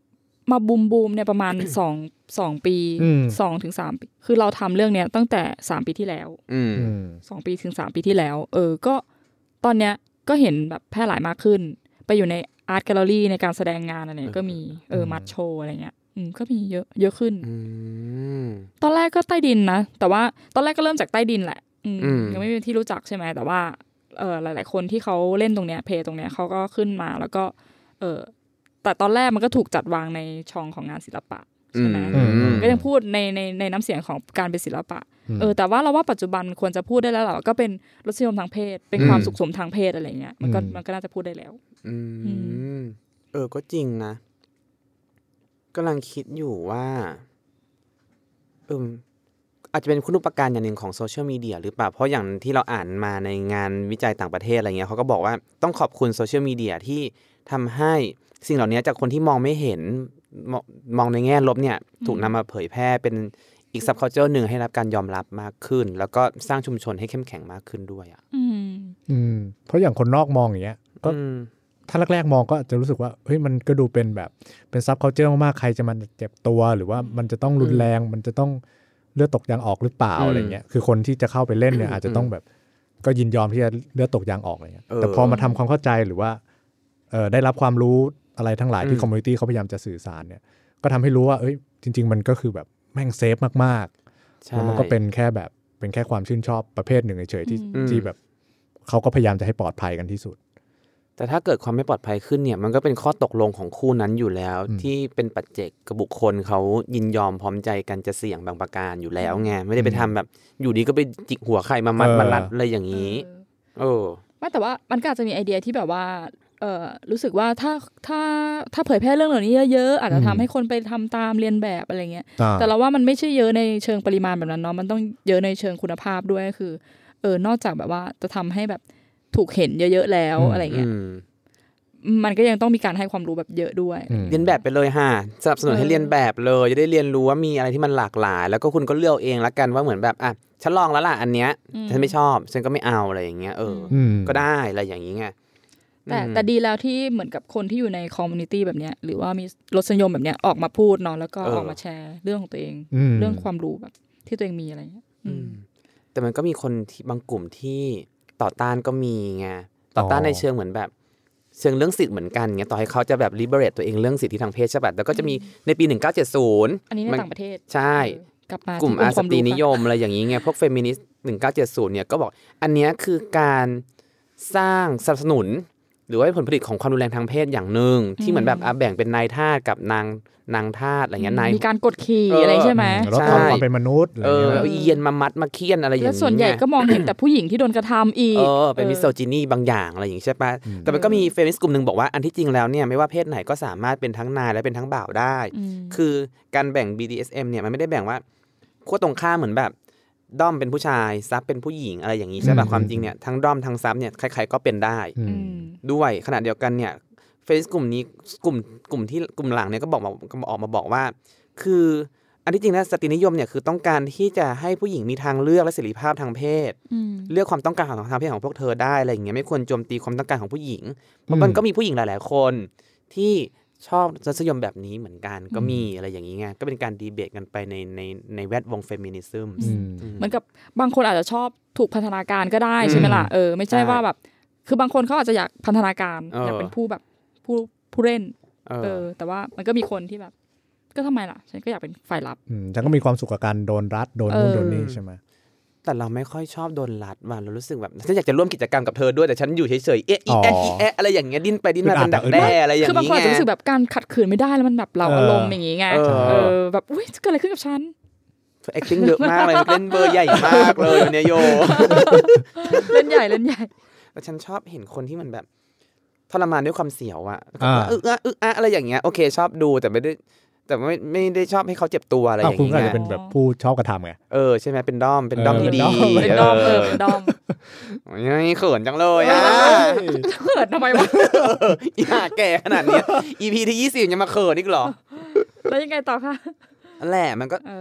Speaker 4: มาบูมบูมเนี่ยประมาณสองสองปีสองถึงสามปีคือเราทำเรื่องเนี้ยตั้งแต่สามปีที่แล้วสองปีถึงสามปีที่แล้วเออก็ตอนเนี้ยก็เห็นแบบแพร่หลายมากขึ้นไปอยู่ในอาร์ตแกลเลอรี่ในการแสดงงานอะไรเนี้ยก็มีเออมัดโชว์อะไรเงี้ยอืมก็มีเยอะเยอะขึ้นตอนแรกก็ใต้ดินนะแต่ว่าตอนแรกก็เริ่มจากใต้ดินแหละยังไม่เป็นที่รู้จักใช่ไหมแต่ว่าเออหลายๆคนที่เขาเล่นตรงเนี้ยเพจตรงเนี้ยเขาก็ขึ้นมาแล้วก็เออแต่ตอนแรกมันก็ถูกจัดวางในช่องของงานศิลปะใช่ไหมก็ยังพูดในในในน้ำเสียงของการเป็นศิลปะเออแต่ว่าเราว่าปัจจุบันควรจะพูดได้แล้วแหละก็เป็นรสนิยมทางเพศเป็นความสุขสมทางเพศอะไรเงี้ยมันก็มันก็น่าจะพูดได้แล้ว
Speaker 3: เออก็จริงนะกำลังคิดอยู่ว่าเอออาจจะเป็นคุณูปการอย่างหนึ่งของโซเชียลมีเดียหรือเปล่าเพราะอย่างที่เราอ่านมาในงานวิจัยต่างประเทศอะไรเงี้ยเขาก็บอกว่าต้องขอบคุณโซเชียลมีเดียที่ทำให้สิ่งเหล่านี้จากคนที่มองไม่เห็นมองในแง่ลบเนี่ยถูกนำมาเผยแพร่เป็นอีกซับคัลเจอร์หนึ่งให้รับการยอมรับมากขึ้นแล้วก็สร้างชุมชนให้เข้มแข็งมากขึ้นด้วยอ่ะ
Speaker 1: อืมอืมเพราะอย่างคนนอกมองอย่างเงี้ยก็ถ้าแรกๆมองก็จะรู้สึกว่าเฮ้ยมันก็ดูเป็นแบบเป็นซับคัลเจอร์มากๆใครจะมันเจ็บตัวหรือว่ามันจะต้องรุนแรงมันจะต้องเลือดตกยางออกหรือเปล่าอะไรเงี้ยคือคนที่จะเข้าไปเล่นเนี่ยอาจจะต้องแบบก็ยินยอมที่จะเลือดตกยางออกอะไรเงี้ยแต่พอมาทำความเข้าใจหรือว่าเออได้รับความรู้อะไรทั้งหลายที่คอมมูนิตี้เขาพยายามจะสื่อสารเนี่ยก็ทำให้รู้ว่าเอ้ยจริงๆมันก็คือแบบแม่งเซฟมากๆแล้วมันก็เป็นแค่แบบเป็นแค่ความชื่นชอบประเภทหนึ่งเฉยๆที่ที่แบบเขาก็พยายามจะให้ปลอดภัยกันที่สุด
Speaker 3: แต่ถ้าเกิดความไม่ปลอดภัยขึ้นเนี่ยมันก็เป็นข้อตกลงของคู่นั้นอยู่แล้วที่เป็นปัจเจกกับบุคคลเขายินยอมพร้อมใจกันจะเสี่ยงบางประการอยู่แล้วไงไม่ได้ไปทำแบบอยู่ดีก็ไปจิกหัวใครมามัดมารัดอะไรอย่างนี้เออ
Speaker 4: ไม่แต่ว่ามันก็อาจจะมีไอเดียที่แบบว่าเออรู้สึกว่าถ้าถ้าถ้าเผยแพร่เรื่องเหล่านี้เยอะๆอาจจะทำให้คนไปทำตามเรียนแบบอะไรเงี้ยแต่เราว่ามันไม่ใช่เยอะในเชิงปริมาณแบบนั้นเนาะมันต้องเยอะในเชิงคุณภาพด้วยคือเออนอกจากแบบว่าจะทำให้แบบถูกเห็นเยอะๆแล้วอะไรเงี้ยมันก็ยังต้องมีการให้ความรู้แบบเยอะด้วย
Speaker 3: เรียนแบบไปเลยฮะสนับสนุนให้เรียนแบบเลยจะได้เรียนรู้ว่ามีอะไรที่มันหลากหลายแล้วก็คุณก็เลือกเองละกันว่าเหมือนแบบอ่ะฉันลองแล้วล่ะอันเนี้ยฉันไม่ชอบฉันก็ไม่เอาอะไรอย่างเงี้ยเออก็ได้อะไรอย่างงี้ไง
Speaker 4: แต่แต่ดีแล้วที่เหมือนกับคนที่อยู่ในคอมมูนิตี้แบบเนี้ยหรือว่ามีรสนิยมแบบเนี้ยออกมาพูดเนาะแล้วก็ออกมาแชร์เรื่องของตัวเองเรื่องความรู้แบบที่ตัวเองมีอะไรเงี้ย
Speaker 3: แต่มันก็มีคนที่บางกลุ่มที่ต่อต้านก็มีไงต่อต้านในเชิงเหมือนแบบเชิงเรื่องสิทธิ์เหมือนกันเงี้ยต่อให้เขาจะแบบ liberate ตัวเองเรื่องสิทธิทางเพศใช่ป่ะแต่ก็จะมีในปีหนึ่งเก้าเจ็ดศูนย์
Speaker 4: อันนี้ในต่างประเทศ
Speaker 3: ใช่กลุ่มอาสตรีนิยมอะไรอย่างนี้ไงพวกเฟมินิสต์หนึ่งเก้าเจ็ดศูนย์เนี่ยก็บอกอันเนี้ยคือการสร้างสนับสนุนหรือว่าผลผลิตของความรุนแรงทางเพศอย่างนึงที่เหมือนแบบแบ่งเป็นนายทาสกับนางนางทาสอะไรเงี้ยนาย
Speaker 4: มีการกดขี่อะไรใช่ไหม
Speaker 1: แล้วทำความเป็นมนุษย์
Speaker 3: เออเอาเย็นมามัดมาเคี่ยนอะไรอย่างเงี้ย
Speaker 4: แล้วส่วนใหญ่ก็มองเห็นแต่ผู้หญิงที่โดนกระทำอีก
Speaker 3: เออเป็นมิโซจินีบางอย่างอะไรอย่างงี้ใช่ป่ะแต่มันก็มีเฟมินิสต์กลุ่มนึงบอกว่าอันที่จริงแล้วเนี่ยไม่ว่าเพศไหนก็สามารถเป็นทั้งนายและเป็นทั้งบ่าวได้คือการแบ่ง บี ดี เอส เอ็ม เนี่ยมันไม่ได้แบ่งว่าขั้วตรงข้ามเหมือนแบบด้อมเป็นผู้ชายซับเป็นผู้หญิงอะไรอย่างงี้ใช่ป่ะความจริงเนี่ยทั้งด้อมทั้งซับเนี่ยใครๆก็เป็นได้ด้วยขณะเดียวกันเนี่ยเฟซกลุ่มนี้กลุ่มกลุ่มที่กลุ่มหลังเนี่ยก็บอกมาออกมาบอกว่าคืออันที่จริงนะสตรีนิยมเนี่ยคือต้องการที่จะให้ผู้หญิงมีทางเลือกและเสรีภาพทางเพศเลือกความต้องการของทางเพศของพวกเธอได้อะไรอย่างเงี้ยไม่ควรโจมตีความต้องการของผู้หญิงเพราะมันก็มีผู้หญิงหลายๆคนที่ชอบรสนิยมแบบนี้เหมือนกันก็มีอะไรอย่างนี้ไงก็เป็นการดีเบตกันไปในในในแวดวงเฟมินิซึม
Speaker 4: เหมือนกับบางคนอาจจะชอบถูกพัฒนาการก็ได้ใช่ไหมล่ะเออไม่ใช่ว่าแบบคือบางคนเขาอาจจะอยากพัฒนาการอยากเป็นผู้แบบผู้ผู้เล่นเออแต่ว่ามันก็มีคนที่แบบก็ทำไมล่ะฉันก็อยากเป็นฝ่ายรับ
Speaker 1: ฉันก็มีความสุขกับการโดนรัดโดนนู่นโดนนี่ใช่ไหม
Speaker 3: แต่เราไม่ค่อยชอบโดนรัดว่ะเรารู้สึกแบบฉันอยากจะร่วมกิจกรรมกับเธอด้วยแต่ฉันอยู่เฉยๆเอ๊ะอีแอะอีแอะอะไรอย่างเงี้ยดิ้นไปดิ้นมาเป็นดักแด้อะไรอย่างเงี้ยคือบาง
Speaker 4: คนจะรู้สึกแบบการขัดขืนไม่ได้แล้วมันแบบเราอารมณ์อย่างงี้ไงเออแบบอุ้ยเกิดอะไรขึ้นกับฉัน
Speaker 3: acting เยอะมากเลยเล่นเบอร์ใหญ่มากเลยเนี่ยโย
Speaker 4: เล่นใหญ่เล่นใหญ่
Speaker 3: แต่ฉันชอบเห็นคนที่มันแบบทรมานด้วยความเสียวอ่ะอึ๊ะอึ๊ะอะไรอย่างเงี้ยโอเคชอบดูแต่ไม่ได้แต่ไม่ไม่ได้ชอบให้เขาเจ็บตัวอะไรอย่างเงี้ย
Speaker 1: คุณอาจจะเป็นแบบผู้ชอบกระทำไง
Speaker 3: เออใช่ไหมเป็นด้อมเป็นด้อมที่ดี
Speaker 4: เป็นด้อมเออเป็นด้อม
Speaker 3: นี่เขินจังเลยอ่ะ
Speaker 4: เขินทำไมวะ
Speaker 3: อย่าแก่ขนาดนี้ อี พี ที่ยี่สิบยังมาเขินอีกเหรอ
Speaker 4: แล้วยังไงต่อคะ
Speaker 3: นั่นแหละมันก็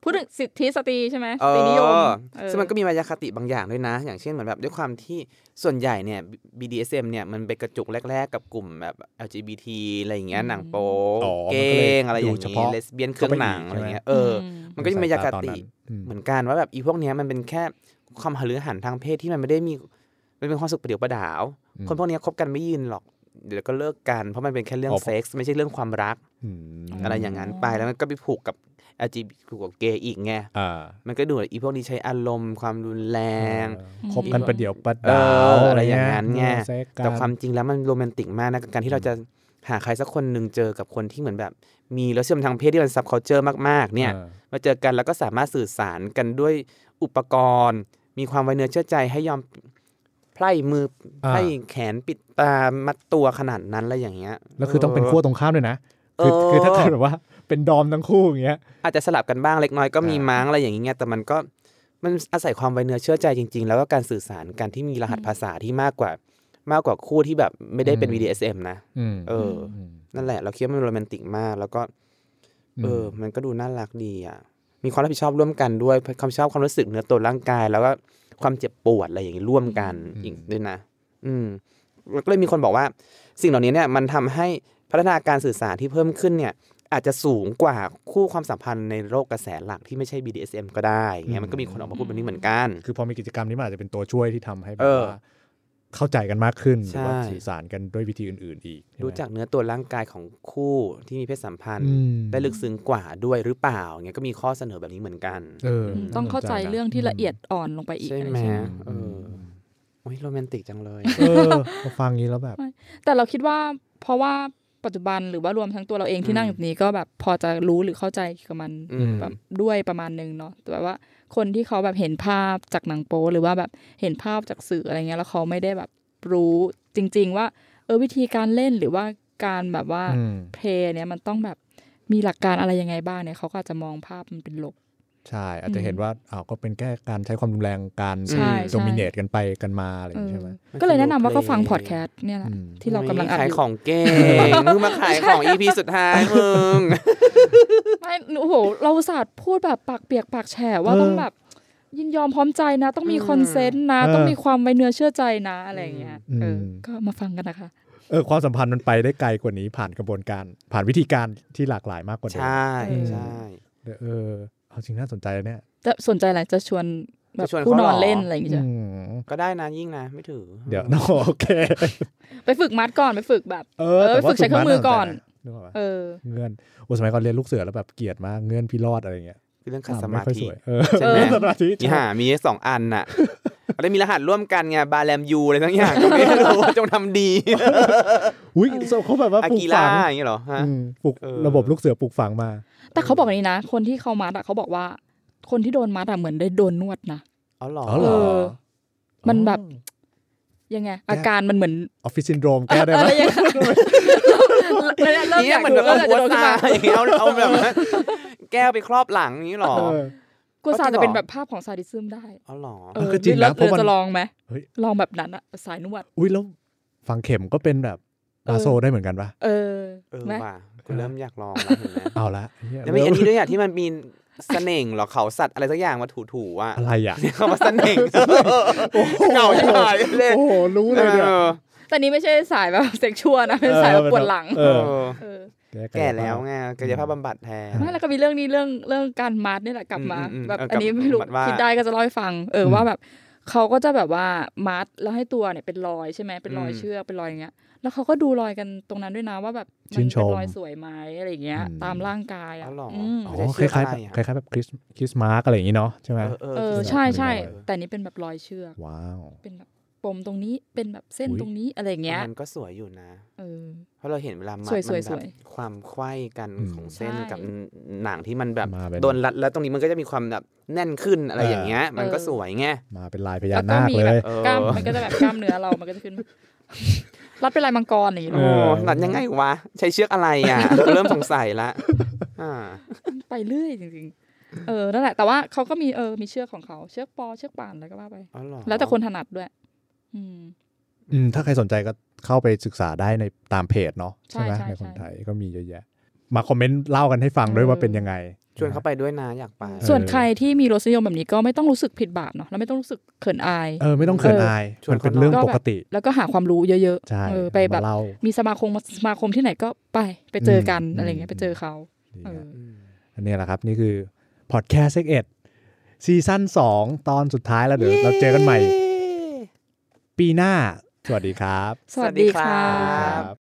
Speaker 4: พูดถึงสิทธิสตรีใช่ไหมสตรีนิยม
Speaker 3: ซึ่งมันก็มีมายาคติบางอย่างด้วยนะอย่างเช่นเหมือนแบบด้วยความที่ส่วนใหญ่เนี่ย บี ดี เอส เอ็ม เนี่ยมันไปกระจุกแรกๆกับกลุ่มแบบ แอล จี บี ที อะไรอย่างเงี้ยหนังโป๊เก้งอะไรอย่างเงี้ยเลสเบี้ยนเครื่องหนังอะไรเงี้ยเออมันก็มีมายาคติเหมือนกันว่าแบบอีพวกเนี้ยมันเป็นแค่ความหฤหันทางเพศที่มันไม่ได้มีมันเป็นความสุขประเดี๋ยวประดาวคนพวกนี้คบกันไม่ยืนหรอกเดี๋ยวก็เลิกกันเพราะมันเป็นแค่เรื่องเซ็กส์ไม่ใช่เรื่องความรักอะไรอย่างนั้นไปแล้วมันก็ไปผูกกับ แอล จี บี ที ผูกกับเกย์อีกไงมันก็ดูอีพวกนี้ใช้อารมณ์ความรุนแรง
Speaker 1: คบกันประเดี๋ยวประดาว
Speaker 3: อะไรอย่างนั้นไงแต่ความจริงแล้วมันโรแมนติกมากนะการที่เราจะหาใครสักคนนึงเจอกับคนที่เหมือนแบบมีรสนิยมทางเพศที่มันซับคัลเจอร์มากๆเนี่ยมาเจอกันแล้วก็สามารถสื่อสารกันด้วยอุปกรณ์มีความไว้เนื้อเชื่อใจให้ยอมไพร่มือไพร่แขนปิดตามัดตัวขนาดนั้นอะไรอย่างเงี้ย
Speaker 1: แล้วคือต้องเป็นขั้วตรงข้ามด้วยนะคือคือถ้าเกิดแบบว่าเป็นดอมทั้งคู่อย่างเงี้ย
Speaker 3: อาจจะสลับกันบ้างเล็กน้อยก็มีมั้งอะไรอย่างเงี้ยแต่มันก็มันอาศัยความไว้เนื้อเชื่อใจจริงๆแล้วก็การสื่อสารกันที่มีรหัสภาษาที่มากกว่ามากกว่าคู่ที่แบบไม่ได้เป็น บี ดี เอส เอ็ม นะเออนั่นแหละเราคิดว่ามันโรแมนติกมากแล้วก็เออมันก็ดูน่ารักดีอ่ะมีความรับผิดชอบร่วมกันด้วยความชอบความรู้สึกเนื้อตัวร่างกายแล้วก็ความเจ็บปวดอะไรอย่างนี้ร่วมกันอีกด้วยนะอืมแล้วก็เลยมีคนบอกว่าสิ่งเหล่านี้เนี่ยมันทำให้พัฒนาการสื่อสารที่เพิ่มขึ้นเนี่ยอาจจะสูงกว่าคู่ความสัมพันธ์ในโลกกระแสหลักที่ไม่ใช่ บี ดี เอส เอ็ม ก็ได้เงี้ยมันก็มีคนออกมาพูดแบบนี้เหมือนกัน
Speaker 1: คือพอมีกิจกรรมนี้มันอาจจะเป็นตัวช่วยที่ทำให้แบบว่าเข้าใจกันมากขึ้นหรือว่าสื่อสารกันด้วยวิธีอื่นๆอีก
Speaker 3: รู้จักเนื้อตัวร่างกายของคู่ที่มีเพศสัมพันธ์ได้ลึกซึ้งกว่าด้วยหรือเปล่าเงี้ยก็มีข้อเสนอแบบนี้เหมือนกัน
Speaker 4: ต้องเข้าใจเรื่องที่ละเอียดอ่อนลงไปอีก
Speaker 3: ใช่ไหมเออโอ้ยโรแมนติกจังเลย
Speaker 1: เออพอฟังนี้แล้วแบบ
Speaker 4: แต่เราคิดว่าเพราะว่าปัจจุบันหรือว่ารวมทั้งตัวเราเองที่นั่งอยู่นี้ก็แบบพอจะรู้หรือเข้าใจกับมันแบบด้วยประมาณนึงเนาะแต่ว่าคนที่เขาแบบเห็นภาพจากหนังโป๊หรือว่าแบบเห็นภาพจากสื่ออะไรเงี้ยแล้วเขาไม่ได้แบบรู้จริงๆว่าเออวิธีการเล่นหรือว่าการแบบว่าเพลย์เนี่ยมันต้องแบบมีหลักการอะไรยังไงบ้างเนี่ยเขาก็อาจจะมองภาพมันเป็นลบ
Speaker 1: ใช่อาจจะเห็นว่าอ้าวก็เป็นแค่การใช้ความรุนแรงการโดมิเนตกันไปกันมาอะไรอย่างนี้ใช่ไหม
Speaker 4: ก็เลยแนะนำว่าก็ฟังพอดแคสต์เนี่ยแหละที่เรากำลังอัด
Speaker 3: ขายของเก่งมึงมาขายของ อี พี สุดท้ายมึง
Speaker 4: ไม่โอ้โหเราศาสตร์พูดแบบปากเปียกปากแฉะว่าต้องแบบยินยอมพร้อมใจนะต้องมีคอนเซนต์นะต้องมีความไว้เนื้อเชื่อใจนะอะไรอย่างเงี้ยเออก็มาฟังกันนะคะ
Speaker 1: เออความสัมพันธ์มันไปได้ไกลกว่านี้ผ่านกระบวนการผ่านวิธีการที่หลากหลายมากกว่าเดิม
Speaker 3: ใช่ใช่
Speaker 1: เออเอาจริงน่าสนใจเนี่ย
Speaker 4: จะสนใจอะไรจะชวนแบบผู้นอนเล่นอะไรอย่างเงี้ย
Speaker 3: ก็ได้นะยิ่งนะไม่ถือ
Speaker 1: เดี๋ยวโอเค
Speaker 4: ไปฝึกมัดก่อนไปฝึกแบบเออไปฝึกใช้เครื่องมือก่อน
Speaker 1: เออเงื่อนโอ้สมัยก่อนเรียนลูกเสือแล้วแบบเกลียดมากเงื่อนพี่รอดอะไรเงี้ย
Speaker 3: คือเรื่องขัดสมาธิ
Speaker 1: ใช่ไหมสมาธิ
Speaker 3: มีหามีสองอันน่ะแล้วมีรหัสร่วมกันไงบาแลมยูอะไรทั้งอย่างก็ไม่รู้จงทำดี
Speaker 1: อุ้ยเขาแบบว่าปลูกฝัง
Speaker 3: อย่างนี้เหรอฮะ
Speaker 1: ปลูกระบบลูกเสือปลูกฝังมา
Speaker 4: แต่เขาบอกนี้นะคนที่เขามัดอะเขาบอกว่าคนที่โดนมัดอะเหมือนได้โดนนวดนะ
Speaker 3: อ๋อเหรอ
Speaker 4: เออมันแบบยังไงอาการมันเหมือน
Speaker 1: ออฟฟิศซินโดรมแก้ได้ไหม
Speaker 3: เริ่มอยากเหมือนแบบหัวตาอย่างเงี้ยเอาแบบแก้วไปครอบหลังนี้หรอ
Speaker 4: กูซาจะเป็นแบบภาพของซาดิซึมได้
Speaker 3: อ๋อเหรอ
Speaker 1: เออจริงแล้ว
Speaker 4: เพราะมันจะลองไหมลองแบบนั้นอะสายนวด
Speaker 1: อุ้ยแล้วฝังเข็มก็เป็นแบบอาโซได้เหมือนกันปะ
Speaker 4: เออ
Speaker 3: เออว่ะกูเริ่มอยากลองแล้วเห็นไหม
Speaker 1: เอาละ
Speaker 3: แล้วมีอันนี้ด้วยอ่ะที่มันมีเสน่งหรอเขาสัตว์อะไรสักอย่างมาถูๆอ่ะ
Speaker 1: อะไรอ่ะ
Speaker 3: เขามาเสน่งเก่าชิบหายเลย
Speaker 1: โอ้โหรู้เลยเนี่ย
Speaker 4: แต่นี้ไม่ใช่สายแบบเซ็กชวลนะเป็นสายแบบปวดหลัง
Speaker 3: แก่แล้วไงกายภาพบำบัดแทน
Speaker 4: ไม่แล้วก็มีเรื่องนี้เรื่องเรื่องการมัดนี่แหละกลับมาแบบอันนี้ไม่รู้คิดได้ก็จะเล่าให้ฟังเออว่าแบบเขาก็จะแบบว่ามัดแล้วให้ตัวเนี่ยเป็นรอยใช่ไหมเป็นรอยเชือกเป็นรอยอย่างเงี้ยแล้วเขาก็ดูรอยกันตรงนั้นด้วยนะว่าแบบมันเป็นรอยสวยไหมอะไรอย่างเงี้ยตามร่างกายอ่ะ
Speaker 1: อ๋อคล้ายๆคล้ายๆแบบคริสคริสมาร์กอะไรอย่างงี้เนาะใช่ไหม
Speaker 4: เออใช่ใช่แต่นี้เป็นแบบรอยเชือก
Speaker 1: ว้าว
Speaker 4: เป็นแบบปมตรงนี้เป็นแบบเส้นตรงนี้อะไรอย่างเงี้ย
Speaker 3: มันก็สวยอยู่นะ
Speaker 4: เออ
Speaker 3: เพราะเราเห็นเวลามัดมันแบบความไขว้กันของเส้นกับหนังที่มันแบบโดนรัดแล้วตรงนี้มันก็จะมีความแบบแน่นขึ้นอะไรอย่างเงี้ยมันก็สวยไง
Speaker 1: มาเป็นลายพญานาคเลย
Speaker 4: กล้ามมันก็จะแบบกล้ามเนื้อเรามันก็จะขึ้นรัดเป็นลายมังกรอย่างงี้
Speaker 3: โอ้รัดยังไงวะใช้เชือกอะไรอ่ะเริ่มสงสัยละอ่า
Speaker 4: ไปเรื่อยจริงๆเออนั่นแหละแต่ว่าเขาก็มีเออมีเชือกของเขาเชือกปอเชือกป่านอะไรก็ว่าไปแล้วแต่คนถนัดด้วยอืม
Speaker 1: อืมถ้าใครสนใจก็เข้าไปศึกษาได้ในตามเพจเนาะใช่ไหมในคนไทยก็มีเยอะแยะมาคอมเมนต์เล่ากันให้ฟังด้วยว่าเป็นยังไง
Speaker 3: ชวนเขาไปด้วยนะอยากไป
Speaker 4: ส่วนใครที่มีรสนิยมแบบนี้ก็ไม่ต้องรู้สึกผิดบาปเนาะแล้วไม่ต้องรู้สึกเขินอาย
Speaker 1: เออไม่ต้องเขินอายมันเป็นเรื่องปกติ
Speaker 4: แล้วก็หาความรู้เยอะ
Speaker 1: ๆเออ
Speaker 4: ไปแบบมีสมาคมสมาคมที่ไหนก็ไปไปเจอกันอะไรเงี้ยไปเจอเขาเออ
Speaker 1: อันนี้แหละครับนี่คือพอดแคสต์ เซ็ก เอ็ด ซีซั่นสองตอนสุดท้ายแล้วเดี๋ยวเราเจอกันใหม่ปีหน้าสวัสดีครับ
Speaker 4: สวัสดีครับ